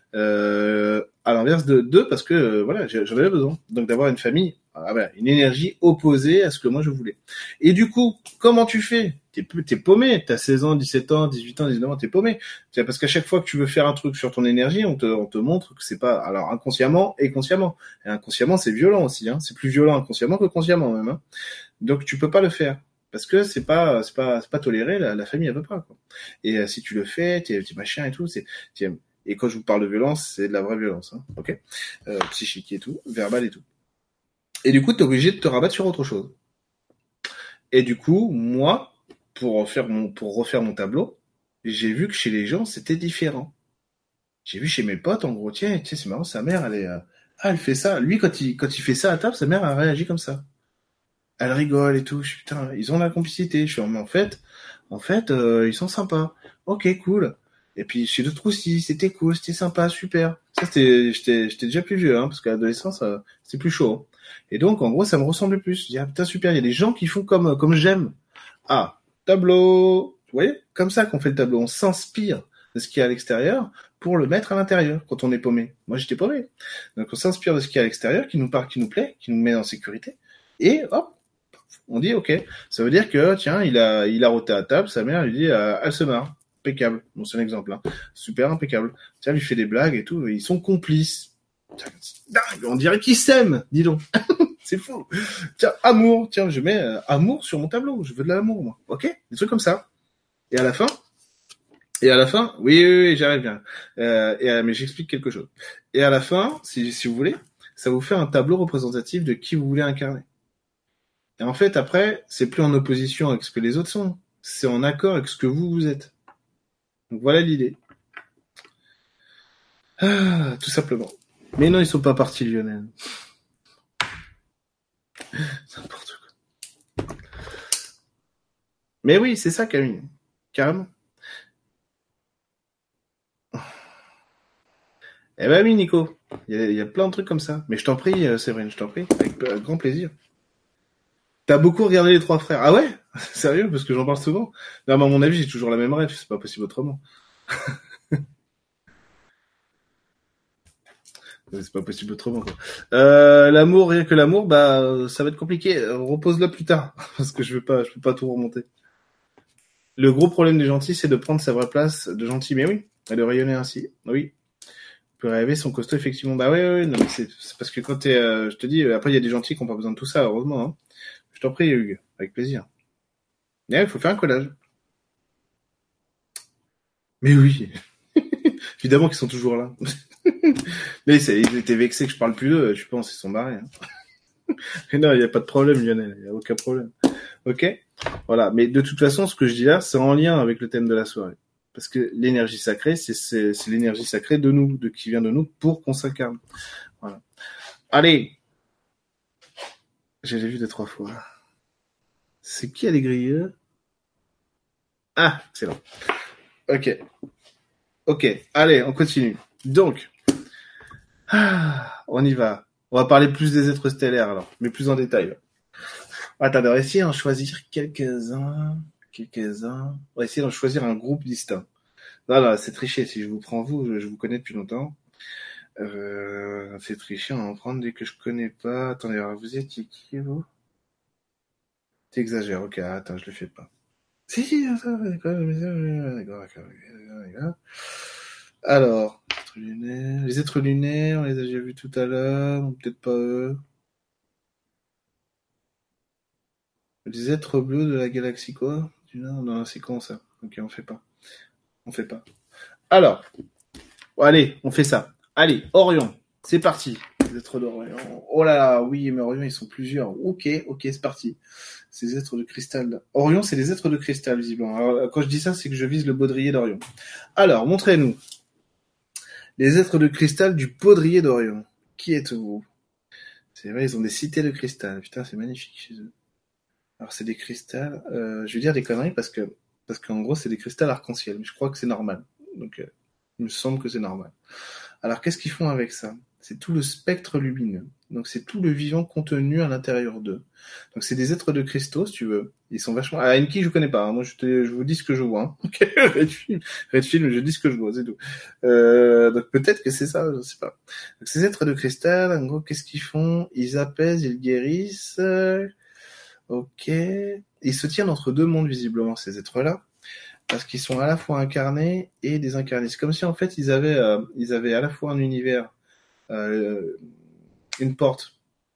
S1: À l'inverse de deux, parce que voilà, j'en avais besoin. Donc d'avoir une famille, voilà, une énergie opposée à ce que moi je voulais. Et du coup, comment tu fais? T'es paumé, t'as 16 ans, 17 ans, 18 ans, 19 ans, t'es paumé. C'est parce qu'à chaque fois que tu veux faire un truc sur ton énergie, on te montre que c'est pas, alors inconsciemment et consciemment. Et inconsciemment, c'est violent aussi, hein. C'est plus violent inconsciemment que consciemment même, hein. Donc tu peux pas le faire. Parce que c'est pas toléré, la famille elle veut pas, quoi. Et si tu le fais, t'es machin et tout, et quand je vous parle de violence, c'est de la vraie violence, hein, ok, psychique et tout, verbale et tout. Et du coup, t'es obligé de te rabattre sur autre chose. Et du coup, moi, pour refaire mon tableau, j'ai vu que chez les gens, c'était différent. J'ai vu chez mes potes, en gros, tiens, c'est marrant, sa mère, elle fait ça. Lui, quand il fait ça à table, sa mère a réagi comme ça. Elle rigole et tout. Je suis, putain, ils ont la complicité. Je suis, mais en fait, ils sont sympas. Ok, cool. Et puis chez d'autres aussi, c'était cool, c'était sympa, super. Ça, j'étais déjà plus vieux, hein, parce qu'à l'adolescence, c'était plus chaud, hein. Et donc, en gros, ça me ressemblait plus. Je dis, ah putain, super, il y a des gens qui font comme j'aime. Ah, tableau. Vous voyez? Comme ça qu'on fait le tableau. On s'inspire de ce qu'il y a à l'extérieur pour le mettre à l'intérieur quand on est paumé. Moi, j'étais paumé. Donc, on s'inspire de ce qu'il y a à l'extérieur qui nous parle, qui nous plaît, qui nous met en sécurité. Et hop, on dit ok. Ça veut dire que tiens, il a roté à table, sa mère lui dit elle se marre. Impeccable. Bon, c'est un exemple, hein. Super impeccable. Tiens, lui fait des blagues et tout, et ils sont complices. Tiens, dingue, on dirait qu'ils s'aiment, dis donc. C'est fou. Tiens, amour, tiens, je mets amour sur mon tableau, je veux de l'amour, moi. Ok? Des trucs comme ça. Et à la fin, oui, oui, oui, j'arrive bien. Mais j'explique quelque chose. Et à la fin, si vous voulez, ça vous fait un tableau représentatif de qui vous voulez incarner. Et en fait, après, c'est plus en opposition avec ce que les autres sont. C'est en accord avec ce que vous êtes. Donc voilà l'idée. Ah, tout simplement. Mais non, ils sont pas partis, Lionel. N'importe quoi. Mais oui, c'est ça, Camille. Carrément. Eh ben oui, Nico. Il y a plein de trucs comme ça. Mais je t'en prie, Séverine, je t'en prie. Avec grand plaisir. T'as beaucoup regardé les trois frères. Ah ouais? Sérieux? Parce que j'en parle souvent. Non, mais à mon avis, j'ai toujours la même rêve. C'est pas possible autrement. C'est pas possible autrement, quoi. L'amour, rien que l'amour, bah, ça va être compliqué. Repose-le plus tard. Parce que je peux pas tout remonter. Le gros problème des gentils, c'est de prendre sa vraie place de gentil. Mais oui, et de rayonner ainsi. Oui. On peut rêver son costaud, effectivement. Bah ouais, ouais, non, mais c'est parce que quand je te dis, après, il y a des gentils qui n'ont pas besoin de tout ça, heureusement, hein. Je t'en prie, Hugues. Avec plaisir. Mais il faut faire un collage. Mais oui. Évidemment qu'ils sont toujours là. Mais ils étaient vexés que je parle plus d'eux, je pense, ils sont barrés, hein. Mais non, il n'y a pas de problème, Lionel. Il n'y a aucun problème. Ok? Voilà. Mais de toute façon, ce que je dis là, c'est en lien avec le thème de la soirée. Parce que l'énergie sacrée, c'est l'énergie sacrée de nous, qui vient de nous pour qu'on s'incarne. Voilà. Allez! Je l'ai vu deux, trois fois. C'est qui a les grilleux? Ah, excellent. Ok. Ok. Allez, on continue. Donc, on y va. On va parler plus des êtres stellaires alors, mais plus en détail. Attends, on va essayer d'en choisir quelques-uns. Quelques-uns. On va essayer d'en choisir un groupe distinct. Non, non, c'est tricher. Si je vous prends vous, je vous connais depuis longtemps. C'est tricher, on va en prendre des que je connais pas. Attendez, alors vous étiez qui, vous? T'exagères, ok, attends, je le fais pas. Si, d'accord, d'accord, d'accord. Alors, les êtres lunaires, on les a déjà vus tout à l'heure, ou peut-être pas eux. Les êtres bleus de la galaxie quoi? Du Nord, non, c'est con ça. Ok, on fait pas. On fait pas. Alors, allez, on fait ça. Allez, Orion, c'est parti. Les êtres d'Orion. Oh là là, oui, mais Orion, ils sont plusieurs. Ok, ok, c'est parti. Ces êtres de cristal. Orion, c'est les êtres de cristal, visiblement. Alors, quand je dis ça, c'est que je vise le baudrier d'Orion. Alors, montrez-nous. Les êtres de cristal du baudrier d'Orion. Qui êtes-vous? C'est vrai, ils ont des cités de cristal. Putain, c'est magnifique chez eux. Alors, c'est des cristals. Je vais dire des conneries parce qu'en gros, c'est des cristals arc-en-ciel. Mais je crois que c'est normal. Donc, il me semble que c'est normal. Alors, qu'est-ce qu'ils font avec ça? C'est tout le spectre lumineux. Donc c'est tout le vivant contenu à l'intérieur d'eux. Donc c'est des êtres de cristaux, si tu veux. Ils sont vachement... Ah, Enki, je connais pas. Hein. Moi, je vous dis ce que je vois. Hein. Ok, Redfield, je dis ce que je vois, c'est tout. Donc peut-être que c'est ça, je sais pas. Donc ces êtres de cristal, en gros, qu'est-ce qu'ils font? Ils apaisent, ils guérissent. Ok. Ils se tiennent entre deux mondes, visiblement, ces êtres-là. Parce qu'ils sont à la fois incarnés et désincarnés. C'est comme si, en fait, ils avaient à la fois un univers, euh, une porte,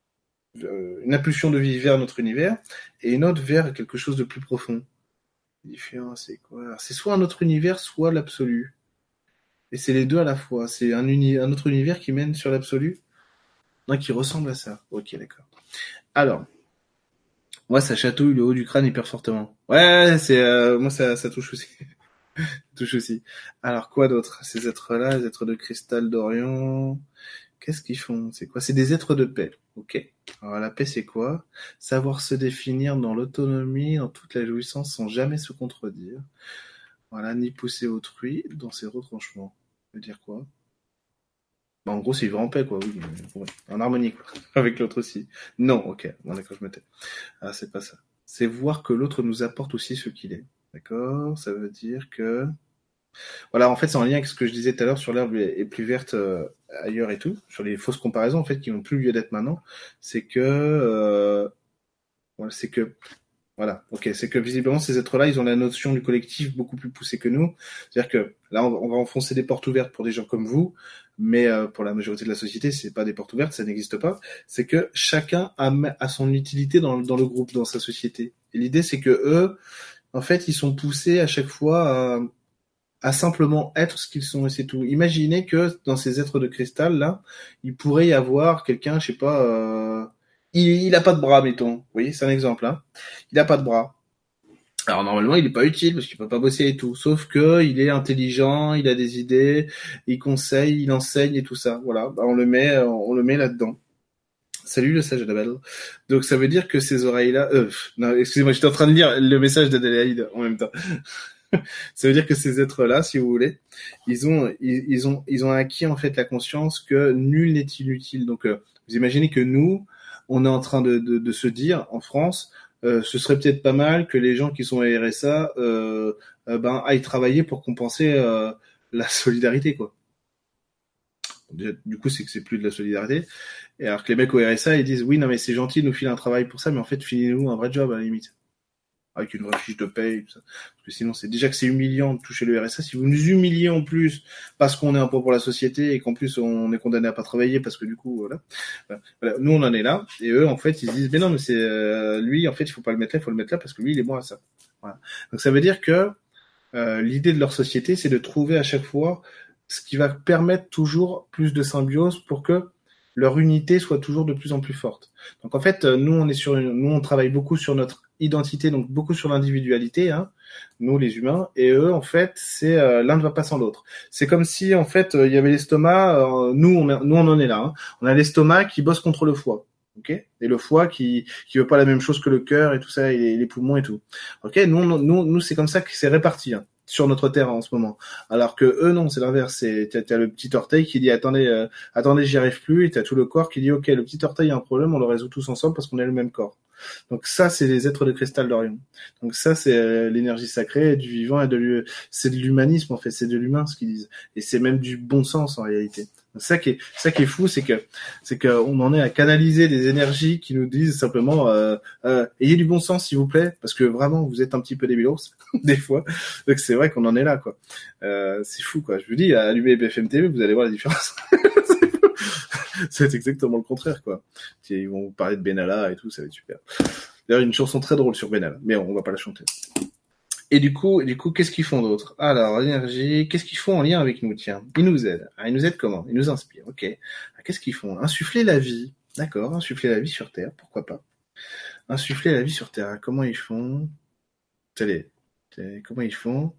S1: une impulsion de vie vers notre univers, et une autre vers quelque chose de plus profond. Différent, c'est quoi? C'est soit un autre univers, soit l'absolu. Et c'est les deux à la fois. C'est un autre univers qui mène sur l'absolu, non, qui ressemble à ça. Ok, d'accord. Alors, moi, ça chatouille le haut du crâne hyper fortement. Ouais, moi, ça touche aussi. touche aussi. Alors, quoi d'autre? Ces êtres-là, les êtres de cristal d'Orion. Qu'est-ce qu'ils font? C'est quoi? C'est des êtres de paix. Ok. Alors la paix, c'est quoi? Savoir se définir dans l'autonomie, dans toute la jouissance, sans jamais se contredire. Voilà, ni pousser autrui dans ses retranchements. Ça veut dire quoi? Bah, en gros, c'est vivre en paix, quoi. Oui, ouais. En harmonie, quoi. Avec l'autre aussi. Non, ok. Bon, d'accord, je me tais. Ah, c'est pas ça. C'est voir que l'autre nous apporte aussi ce qu'il est. D'accord? Ça veut dire que voilà, en fait, c'est en lien avec ce que je disais tout à l'heure sur l'herbe est plus verte ailleurs et tout, sur les fausses comparaisons en fait qui n'ont plus lieu d'être maintenant. C'est que, voilà, c'est que, voilà, ok, c'est que visiblement ces êtres-là, ils ont la notion du collectif beaucoup plus poussée que nous. C'est-à-dire que là, on va enfoncer des portes ouvertes pour des gens comme vous, mais pour la majorité de la société, c'est pas des portes ouvertes, ça n'existe pas. C'est que chacun a son utilité dans le groupe, dans sa société. Et l'idée, c'est que eux, en fait, ils sont poussés à chaque fois à simplement être ce qu'ils sont et c'est tout. Imaginez que dans ces êtres de cristal là, il pourrait y avoir quelqu'un, je sais pas, il a pas de bras, mettons. Vous voyez, c'est un exemple. Hein. Il a pas de bras. Alors normalement, il est pas utile parce qu'il peut pas bosser et tout. Sauf que il est intelligent, il a des idées, il conseille, il enseigne et tout ça. Voilà, bah, on le met là-dedans. Salut le sage d'Abel. Donc ça veut dire que ces oreilles-là, non, excusez-moi, j'étais en train de lire le message d'Adélaïde en même temps. Ça veut dire que ces êtres-là, si vous voulez, ils ont acquis en fait la conscience que nul n'est inutile. Donc, vous imaginez que nous, on est en train de se dire en France, ce serait peut-être pas mal que les gens qui sont à RSA, ben aillent travailler pour compenser la solidarité, quoi. Du coup, c'est que c'est plus de la solidarité. Et alors que les mecs au RSA, ils disent oui, non mais c'est gentil de nous filer un travail pour ça, mais en fait, filez-nous un vrai job à la limite. Avec une vraie fiche de paye, tout ça. Parce que sinon, c'est déjà que c'est humiliant de toucher le RSA. Si vous nous humiliez en plus parce qu'on est un poids pour la société et qu'en plus on est condamné à pas travailler parce que du coup, voilà. Voilà. Nous, on en est là. Et eux, en fait, ils se disent, mais non, mais c'est lui, en fait, il faut pas le mettre là, il faut le mettre là parce que lui, il est bon à ça. Voilà. Donc ça veut dire que l'idée de leur société, c'est de trouver à chaque fois ce qui va permettre toujours plus de symbiose pour que leur unité soit toujours de plus en plus forte. Donc en fait, nous on travaille beaucoup sur notre identité, donc beaucoup sur l'individualité, hein, nous les humains, et eux en fait, c'est l'un ne va pas sans l'autre. C'est comme si en fait il y avait l'estomac, nous on en est là, hein. On a l'estomac qui bosse contre le foie. Ok, et le foie qui veut pas la même chose que le cœur et tout ça, et les poumons et tout. Ok, nous c'est comme ça que c'est réparti, hein, sur notre terre en ce moment. Alors que eux non, c'est l'inverse. T'as le petit orteil qui dit attendez, j'y arrive plus, et t'as tout le corps qui dit ok, le petit orteil a un problème, on le résout tous ensemble parce qu'on est le même corps. Donc ça, c'est les êtres de cristal d'Orion. Donc ça, c'est l'énergie sacrée, du vivant et c'est de l'humanisme en fait, c'est de l'humain ce qu'ils disent, et c'est même du bon sens en réalité. Ça qui est fou, c'est que on en est à canaliser des énergies qui nous disent simplement ayez du bon sens s'il vous plaît, parce que vraiment vous êtes un petit peu débilos des fois. Donc c'est vrai qu'on en est là quoi. C'est fou quoi. Je vous dis, allumez BFM TV, vous allez voir la différence. C'est exactement le contraire quoi. Ils vont vous parler de Benalla et tout, ça va être super. D'ailleurs une chanson très drôle sur Benalla, mais on va pas la chanter. Et du coup, qu'est-ce qu'ils font d'autre? Alors, l'énergie, qu'est-ce qu'ils font en lien avec nous? Tiens, ils nous aident. Ah, ils nous aident comment? Ils nous inspirent, ok. Ah, qu'est-ce qu'ils font? Insuffler la vie. D'accord, insuffler la vie sur Terre, pourquoi pas. Insuffler la vie sur Terre, comment ils font? Comment ils font?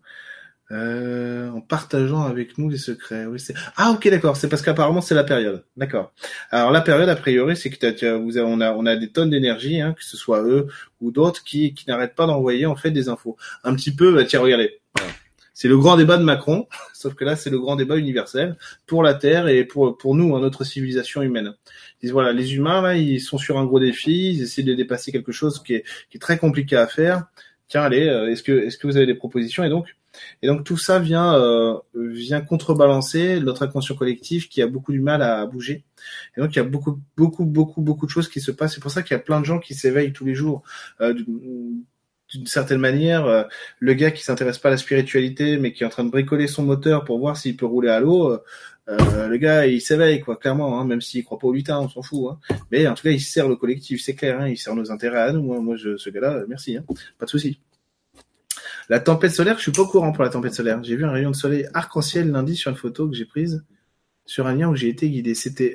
S1: En partageant avec nous des secrets. Oui, ah, ok, d'accord. C'est parce qu'apparemment c'est la période. D'accord. Alors la période, a priori, c'est que on a des tonnes d'énergie, hein, que ce soit eux ou d'autres qui n'arrêtent pas d'envoyer en fait des infos. Un petit peu. Bah, tiens, regardez. Voilà. C'est le grand débat de Macron, sauf que là, c'est le grand débat universel pour la Terre et pour nous, notre civilisation humaine. Ils disent, voilà, les humains, là, ils sont sur un gros défi, ils essaient de dépasser quelque chose qui est très compliqué à faire. Tiens, allez, est-ce que vous avez des propositions? Et donc tout ça vient contrebalancer notre inconscient collectif qui a beaucoup du mal à bouger. Et donc il y a beaucoup de choses qui se passent. C'est pour ça qu'il y a plein de gens qui s'éveillent tous les jours. D'une certaine manière, le gars qui s'intéresse pas à la spiritualité, mais qui est en train de bricoler son moteur pour voir s'il peut rouler à l'eau, le gars il s'éveille quoi, clairement, hein, même s'il croit pas au lutin, on s'en fout. Hein. Mais en tout cas, il sert le collectif, c'est clair, hein, il sert nos intérêts à nous. Hein. Moi, ce gars-là, merci, hein, pas de souci. La tempête solaire, je suis pas au courant pour la tempête solaire. J'ai vu un rayon de soleil arc-en-ciel lundi sur une photo que j'ai prise sur un lien où j'ai été guidé. C'était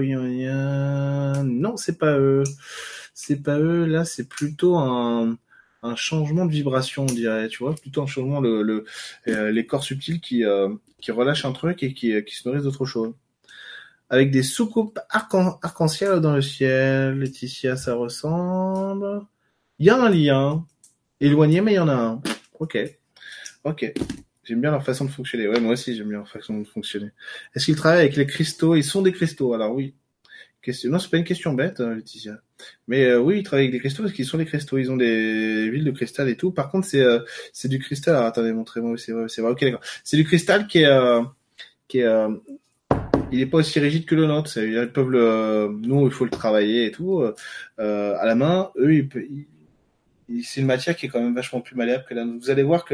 S1: non, c'est pas eux. C'est pas eux. Là, c'est plutôt un changement de vibration, on dirait. Tu vois, plutôt un changement les corps subtils qui relâchent un truc et qui se nourrissent d'autre chose. Avec des soucoupes arc-en-ciel dans le ciel. Laetitia, ça ressemble. Il y a un lien éloigné, mais il y en a un. Ok. J'aime bien leur façon de fonctionner. Ouais, moi aussi, j'aime bien leur façon de fonctionner. Est-ce qu'ils travaillent avec les cristaux? Ils sont des cristaux, alors oui. Non, c'est pas une question bête, Laetitia. Mais oui, ils travaillent avec des cristaux parce qu'ils sont des cristaux. Ils ont des villes de cristal et tout. Par contre, c'est du cristal. Alors, attendez, montrez-moi. C'est vrai. Ok, d'accord. C'est du cristal qui est il est pas aussi rigide que le nôtre. Ils peuvent nous, il faut le travailler et tout à la main. Eux, c'est une matière qui est quand même vachement plus malléable que la nôtre. Vous allez voir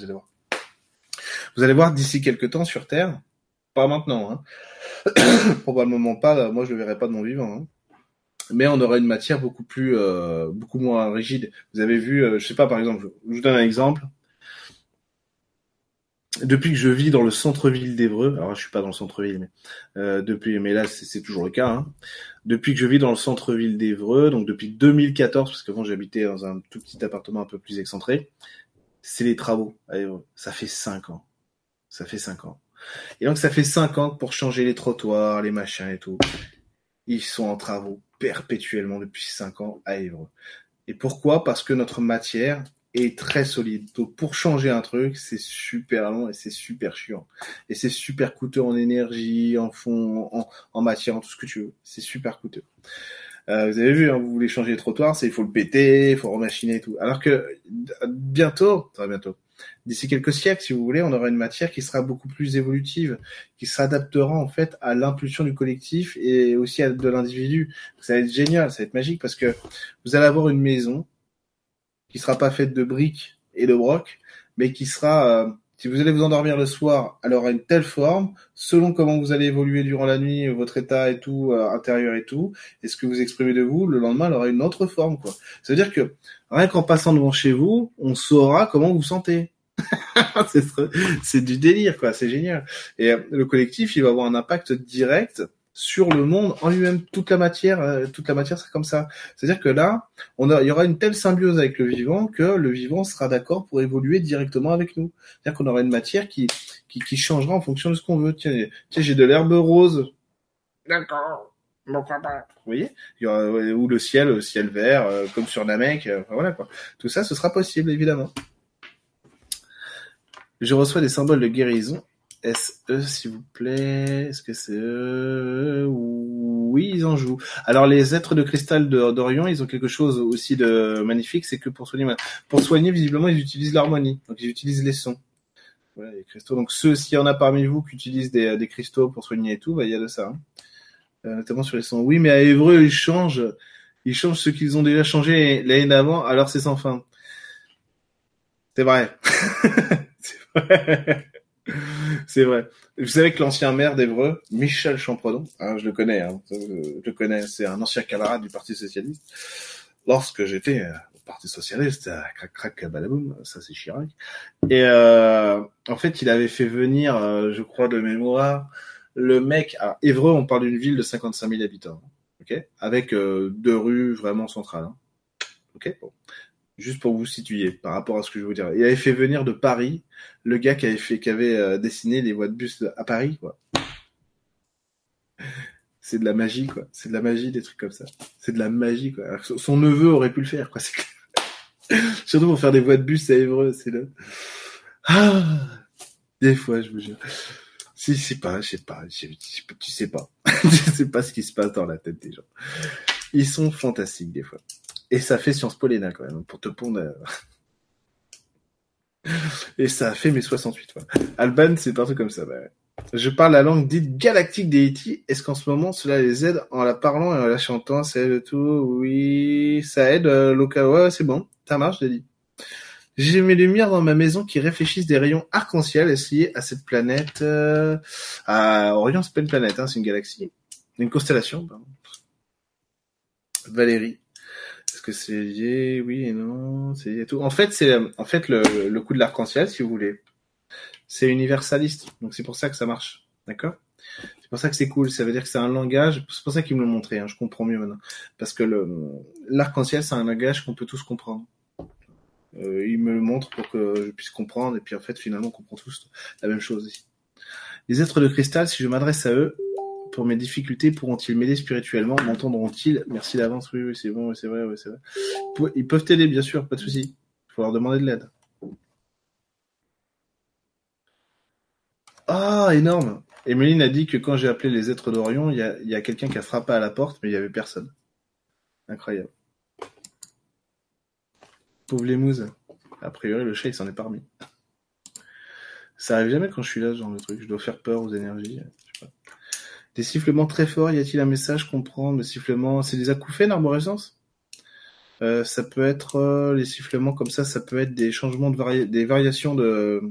S1: d'ici quelques temps sur Terre, pas maintenant, hein. Probablement pas, moi je le verrai pas de mon vivant, hein. Mais on aura une matière beaucoup moins rigide. Vous avez vu, je sais pas, par exemple, je vous donne un exemple. Depuis que je vis dans le centre-ville d'Évreux, alors je suis pas dans le centre-ville, mais là c'est toujours le cas, hein. Depuis que je vis dans le centre-ville d'Évreux, donc depuis 2014, parce qu'avant j'habitais dans un tout petit appartement un peu plus excentré, c'est les travaux à Évreux. Ça fait 5 ans. Et donc ça fait 5 ans que pour changer les trottoirs, les machins et tout, ils sont en travaux perpétuellement depuis 5 ans à Évreux. Et pourquoi? Parce que notre matière est très solide. Donc pour changer un truc, c'est super long et c'est super chiant. Et c'est super coûteux en énergie, en fond, en matière, en tout ce que tu veux. C'est super coûteux. Vous avez vu, hein, vous voulez changer les trottoirs, il faut le péter, il faut remachiner et tout. Alors que très bientôt, d'ici quelques siècles, si vous voulez, on aura une matière qui sera beaucoup plus évolutive, qui s'adaptera en fait à l'impulsion du collectif et aussi de l'individu. Ça va être génial, ça va être magique parce que vous allez avoir une maison qui sera pas faite de briques et de brocs, mais qui sera si vous allez vous endormir le soir, elle aura une telle forme, selon comment vous allez évoluer durant la nuit, votre état et tout, intérieur et tout, et ce que vous exprimez de vous, le lendemain, elle aura une autre forme, quoi. Ça veut dire que, rien qu'en passant devant chez vous, on saura comment vous vous sentez. C'est du délire, quoi, c'est génial. Et le collectif, il va avoir un impact direct sur le monde en lui-même. Toute la matière sera comme ça. C'est-à-dire que là, il y aura une telle symbiose avec le vivant que le vivant sera d'accord pour évoluer directement avec nous. C'est-à-dire qu'on aura une matière qui changera en fonction de ce qu'on veut. Tiens, j'ai de l'herbe rose. D'accord. Pourquoi pas? Vous voyez? Il y aura, ou le ciel vert, comme sur Namek. Enfin, voilà, quoi. Tout ça, ce sera possible, évidemment. Je reçois des symboles de guérison. SE, s'il vous plaît. Est-ce que c'est eux? Oui, ils en jouent. Alors, les êtres de cristal d'Orion, ils ont quelque chose aussi de magnifique, c'est que pour soigner, visiblement, ils utilisent l'harmonie. Donc, ils utilisent les sons. Voilà, les cristaux. Donc, s'il y en a parmi vous qui utilisent des cristaux pour soigner et tout, bah, il y a de ça, hein. Notamment sur les sons. Oui, mais à Évreux, ils changent ce qu'ils ont déjà changé l'année d'avant, alors c'est sans fin. C'est vrai. C'est vrai. C'est vrai. Vous savez que l'ancien maire d'Évreux, Michel Champredon, hein, je le connais, c'est un ancien camarade du Parti Socialiste. Lorsque j'étais au Parti Socialiste, crac crac balaboum, ça c'est Chirac. Et en fait, il avait fait venir, je crois de mémoire, le mec à Évreux, on parle d'une ville de 55 000 habitants, ok, avec 2 rues vraiment centrales, hein. Ok, bon. Juste pour vous situer par rapport à ce que je veux dire. Il avait fait venir de Paris le gars qui avait dessiné les voies de bus à Paris, quoi. C'est de la magie, quoi. C'est de la magie, des trucs comme ça. C'est de la magie, quoi. Alors, son neveu aurait pu le faire, quoi. C'est clair. Surtout pour faire des voies de bus à Évreux, c'est le... Ah, Des fois, je vous jure. Si, je sais pas, tu sais pas. Tu sais pas ce qui se passe dans la tête des gens. Ils sont fantastiques, des fois. Et ça fait Sciences Po Léna, quand même, pour te pondre. Et ça a fait mes 68, fois. Alban, c'est partout comme ça, bah ouais. Je parle la langue dite galactique des Iti. Est-ce qu'en ce moment, cela les aide en la parlant et en la chantant? Ça aide tout? Oui, ça aide, local. Ouais, c'est bon. Ça marche, j'ai dit. J'ai mes lumières dans ma maison qui réfléchissent des rayons arc-en-ciel liés à cette planète. À Orion, c'est pas une planète, hein, c'est une galaxie. Une constellation, pardon. Valérie. Est-ce que c'est lié? Oui et non. C'est lié et tout. En fait, c'est en fait le coup de l'arc-en-ciel, si vous voulez. C'est universaliste. Donc c'est pour ça que ça marche. D'accord? C'est pour ça que c'est cool. Ça veut dire que c'est un langage. C'est pour ça qu'ils me l'ont montré. Hein. Je comprends mieux maintenant. Parce que l'arc-en-ciel, c'est un langage qu'on peut tous comprendre. Il me le montre pour que je puisse comprendre. Et puis en fait, finalement, on comprend tous la même chose ici. Les êtres de cristal, si je m'adresse à eux pour mes difficultés, pourront-ils m'aider spirituellement? M'entendront-ils? Merci d'avance. Oui, oui, c'est bon. Oui, c'est vrai. Oui, c'est vrai. Ils peuvent t'aider, bien sûr. Pas de souci. Il faut leur demander de l'aide. Ah, énorme! Emeline a dit que quand j'ai appelé les êtres d'Orion, il y a quelqu'un qui a frappé à la porte, mais il y avait personne. Incroyable. Pauvre l'émouse. A priori, le chat, il s'en est pas remis. Ça arrive jamais quand je suis là, ce genre de truc. Je dois faire peur aux énergies. Je sais pas. Des sifflements très forts, y a-t-il un message? Comprendre, le sifflement, c'est des acouphènes, arborescence? Ça peut être les sifflements comme ça peut être des changements des variations de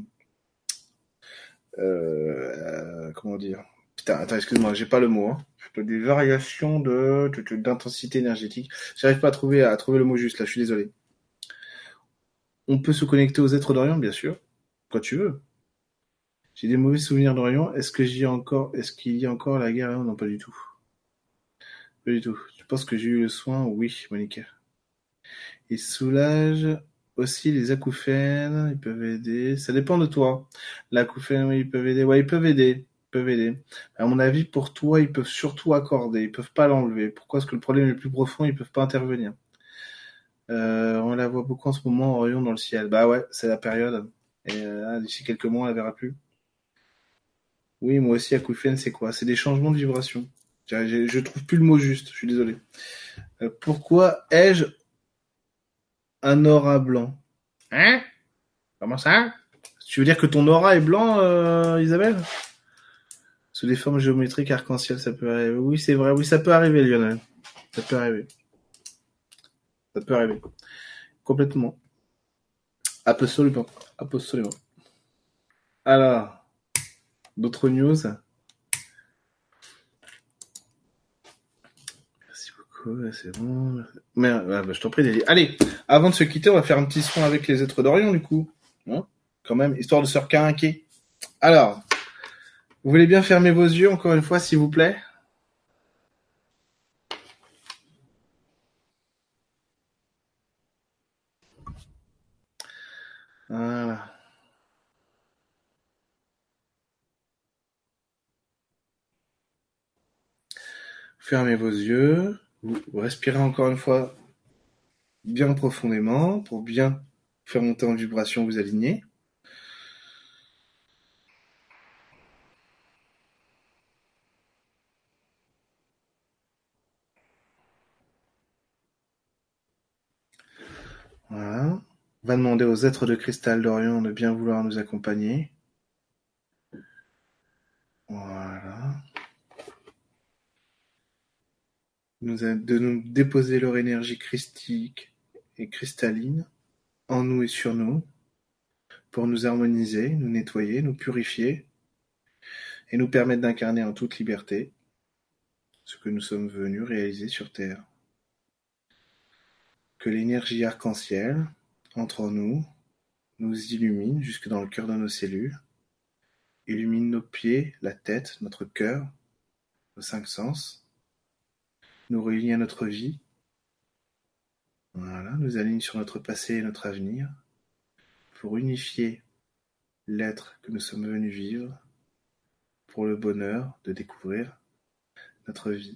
S1: comment dire? Putain, attends, excuse-moi, j'ai pas le mot. Hein. Des variations d'intensité énergétique. J'arrive pas à trouver le mot juste là. Je suis désolé. On peut se connecter aux êtres d'Orient, bien sûr, quand tu veux. J'ai des mauvais souvenirs d'Orient. Est-ce qu'il y a encore la guerre? Non, pas du tout. Pas du tout. Tu penses que j'ai eu le soin? Oui, Monica. Ils soulagent aussi les acouphènes. Ils peuvent aider. Ça dépend de toi. L'acouphène, oui, ils peuvent aider. Ouais, ils peuvent aider. Ils peuvent aider. À mon avis, pour toi, ils peuvent surtout accorder. Ils peuvent pas l'enlever. Pourquoi? Parce que le problème est plus profond. Ils peuvent pas intervenir. On la voit beaucoup en ce moment, Orion dans le ciel. Bah ouais, c'est la période. Et d'ici quelques mois, on la verra plus. Oui, moi aussi, acouphène, c'est quoi? C'est des changements de vibration. Je trouve plus le mot juste. Je suis désolé. Pourquoi ai-je un aura blanc? Hein? Comment ça? Tu veux dire que ton aura est blanc, Isabelle? Sous des formes géométriques arc-en-ciel, ça peut arriver. Oui, c'est vrai. Oui, ça peut arriver, Lionel. Ça peut arriver. Ça peut arriver. Complètement. Absolument. Absolument. Alors, d'autres news? Merci beaucoup. C'est bon. Mais, je t'en prie, Nelly. Allez, avant de se quitter, on va faire un petit son avec les êtres d'Orion, du coup. Hein, quand même, histoire de se requinquer. Alors, vous voulez bien fermer vos yeux, encore une fois, s'il vous plaît? Voilà. Fermez vos yeux. Vous respirez encore une fois bien profondément pour bien faire monter en vibration, vous aligner. Voilà. On va demander aux êtres de cristal d'Orion de bien vouloir nous accompagner. Voilà. De nous déposer leur énergie christique et cristalline en nous et sur nous pour nous harmoniser, nous nettoyer, nous purifier et nous permettre d'incarner en toute liberté ce que nous sommes venus réaliser sur Terre. Que l'énergie arc-en-ciel entre en nous, nous illumine jusque dans le cœur de nos cellules, illumine nos pieds, la tête, notre cœur, nos cinq sens, nous réunit à notre vie, voilà, nous aligne sur notre passé et notre avenir, pour unifier l'être que nous sommes venus vivre, pour le bonheur de découvrir notre vie.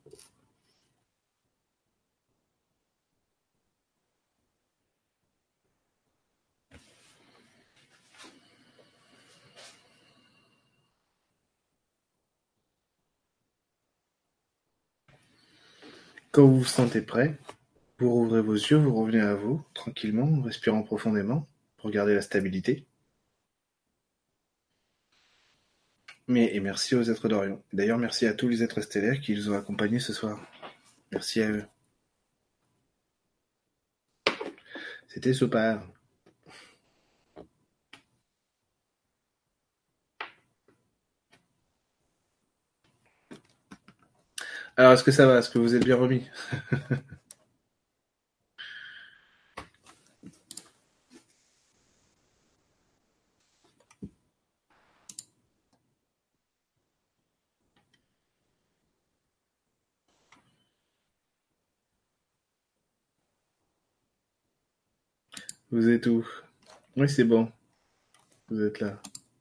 S1: Quand vous vous sentez prêt, vous rouvrez vos yeux, vous revenez à vous, tranquillement, en respirant profondément, pour garder la stabilité. Et merci aux êtres d'Orion. D'ailleurs, merci à tous les êtres stellaires qui nous ont accompagnés ce soir. Merci à eux. C'était super. Alors, est-ce que ça va? Est-ce que vous êtes bien remis? Vous êtes où? Oui, c'est bon. Vous êtes là.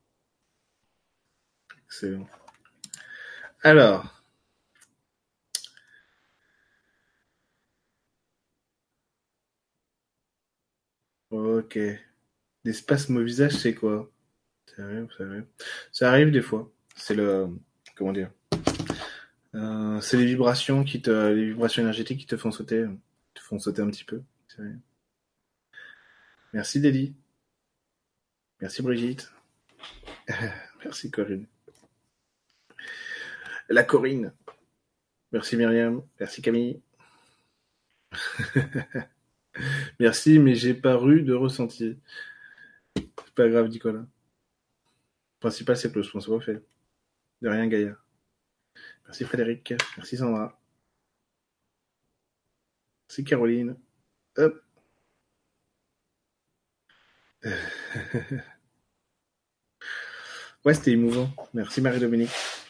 S1: Excellent. Alors, ok. Des spasmes au visage, c'est quoi? Ça arrive, ça arrive. Ça arrive des fois. C'est le, comment dire? C'est les vibrations énergétiques qui te font sauter un petit peu. C'est vrai. Merci Dédi. Merci Brigitte. Merci Corinne. La Corinne. Merci Myriam. Merci Camille. Merci, mais j'ai pas eu de ressenti. C'est pas grave, Nicolas. Le principal, c'est que le soin soit fait. De rien, Gaïa. Merci Frédéric. Merci Sandra. Merci Caroline. Hop. Ouais, c'était émouvant. Merci Marie-Dominique.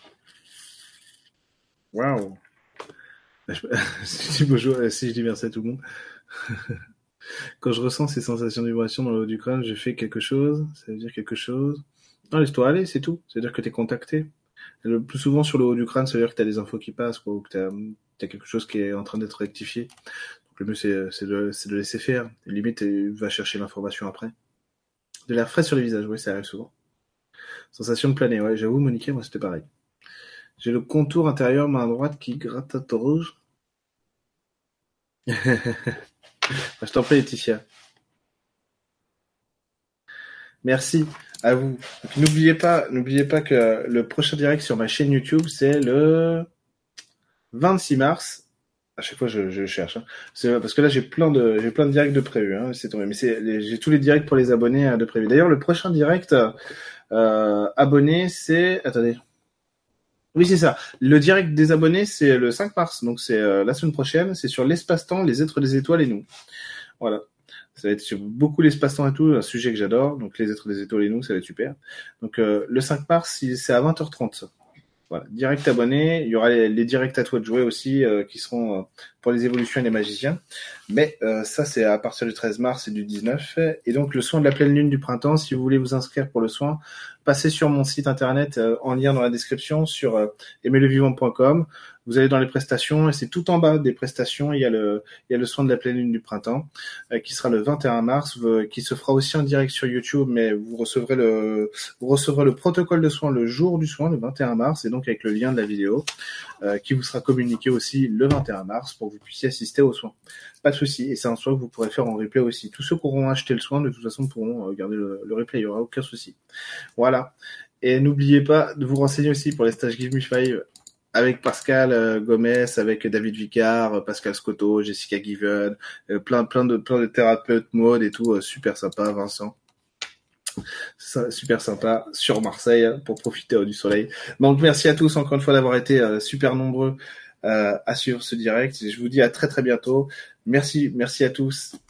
S1: Waouh. Si je dis bonjour, si je dis merci à tout le monde. Quand je ressens ces sensations de vibration dans le haut du crâne, je fais quelque chose. Ça veut dire quelque chose. Non, laisse-toi aller, c'est tout. Ça veut dire que t'es contacté. Le plus souvent sur le haut du crâne, ça veut dire que t'as des infos qui passent, quoi, ou que t'as quelque chose qui est en train d'être rectifié. Donc le mieux, c'est de laisser faire. Et limite, va chercher l'information après. De l'air frais sur les visages, oui, ça arrive souvent. Sensation de planer, ouais, j'avoue, Monique, moi c'était pareil. J'ai le contour intérieur main droite qui gratte rouge. Je t'en prie, Laetitia. Merci à vous. Donc, n'oubliez pas que le prochain direct sur ma chaîne YouTube, c'est le 26 mars. À chaque fois, je cherche. Hein. C'est parce que là, j'ai plein de directs de prévus. Hein, c'est tombé. Mais j'ai tous les directs pour les abonnés de prévus. D'ailleurs, le prochain direct abonné, c'est, attendez. Oui, c'est ça. Le direct des abonnés, c'est le 5 mars. Donc, c'est la semaine prochaine. C'est sur l'espace-temps, les êtres des étoiles et nous. Voilà. Ça va être sur beaucoup l'espace-temps et tout, un sujet que j'adore. Donc, les êtres des étoiles et nous, ça va être super. Donc, le 5 mars, c'est à 20h30. Voilà, direct abonné. Il y aura les directs à toi de jouer aussi qui seront pour les évolutions et les magiciens. Mais ça, c'est à partir du 13 mars et du 19. Et donc, le soin de la pleine lune du printemps, si vous voulez vous inscrire pour le soin, passez sur mon site internet en lien dans la description sur aimerlevivant.com. Vous allez dans les prestations et c'est tout en bas des prestations. Il y a le soin de la pleine lune du printemps qui sera le 21 mars, qui se fera aussi en direct sur YouTube, mais vous recevrez le protocole de soin le jour du soin, le 21 mars, et donc avec le lien de la vidéo qui vous sera communiqué aussi le 21 mars pour que vous puissiez assister aux soins. Pas de souci, et c'est un soin que vous pourrez faire en replay aussi. Tous ceux qui auront acheté le soin, de toute façon, pourront garder le replay, il n'y aura aucun souci. Voilà. Et n'oubliez pas de vous renseigner aussi pour les stages Give Me Five avec Pascal Gomez, avec David Vicard, Pascal Scotto, Jessica Given, plein de thérapeutes mode et tout, super sympa, Vincent. Super sympa sur Marseille pour profiter du soleil. Donc merci à tous encore une fois d'avoir été super nombreux à suivre ce direct. Et je vous dis à très très bientôt. Merci à tous.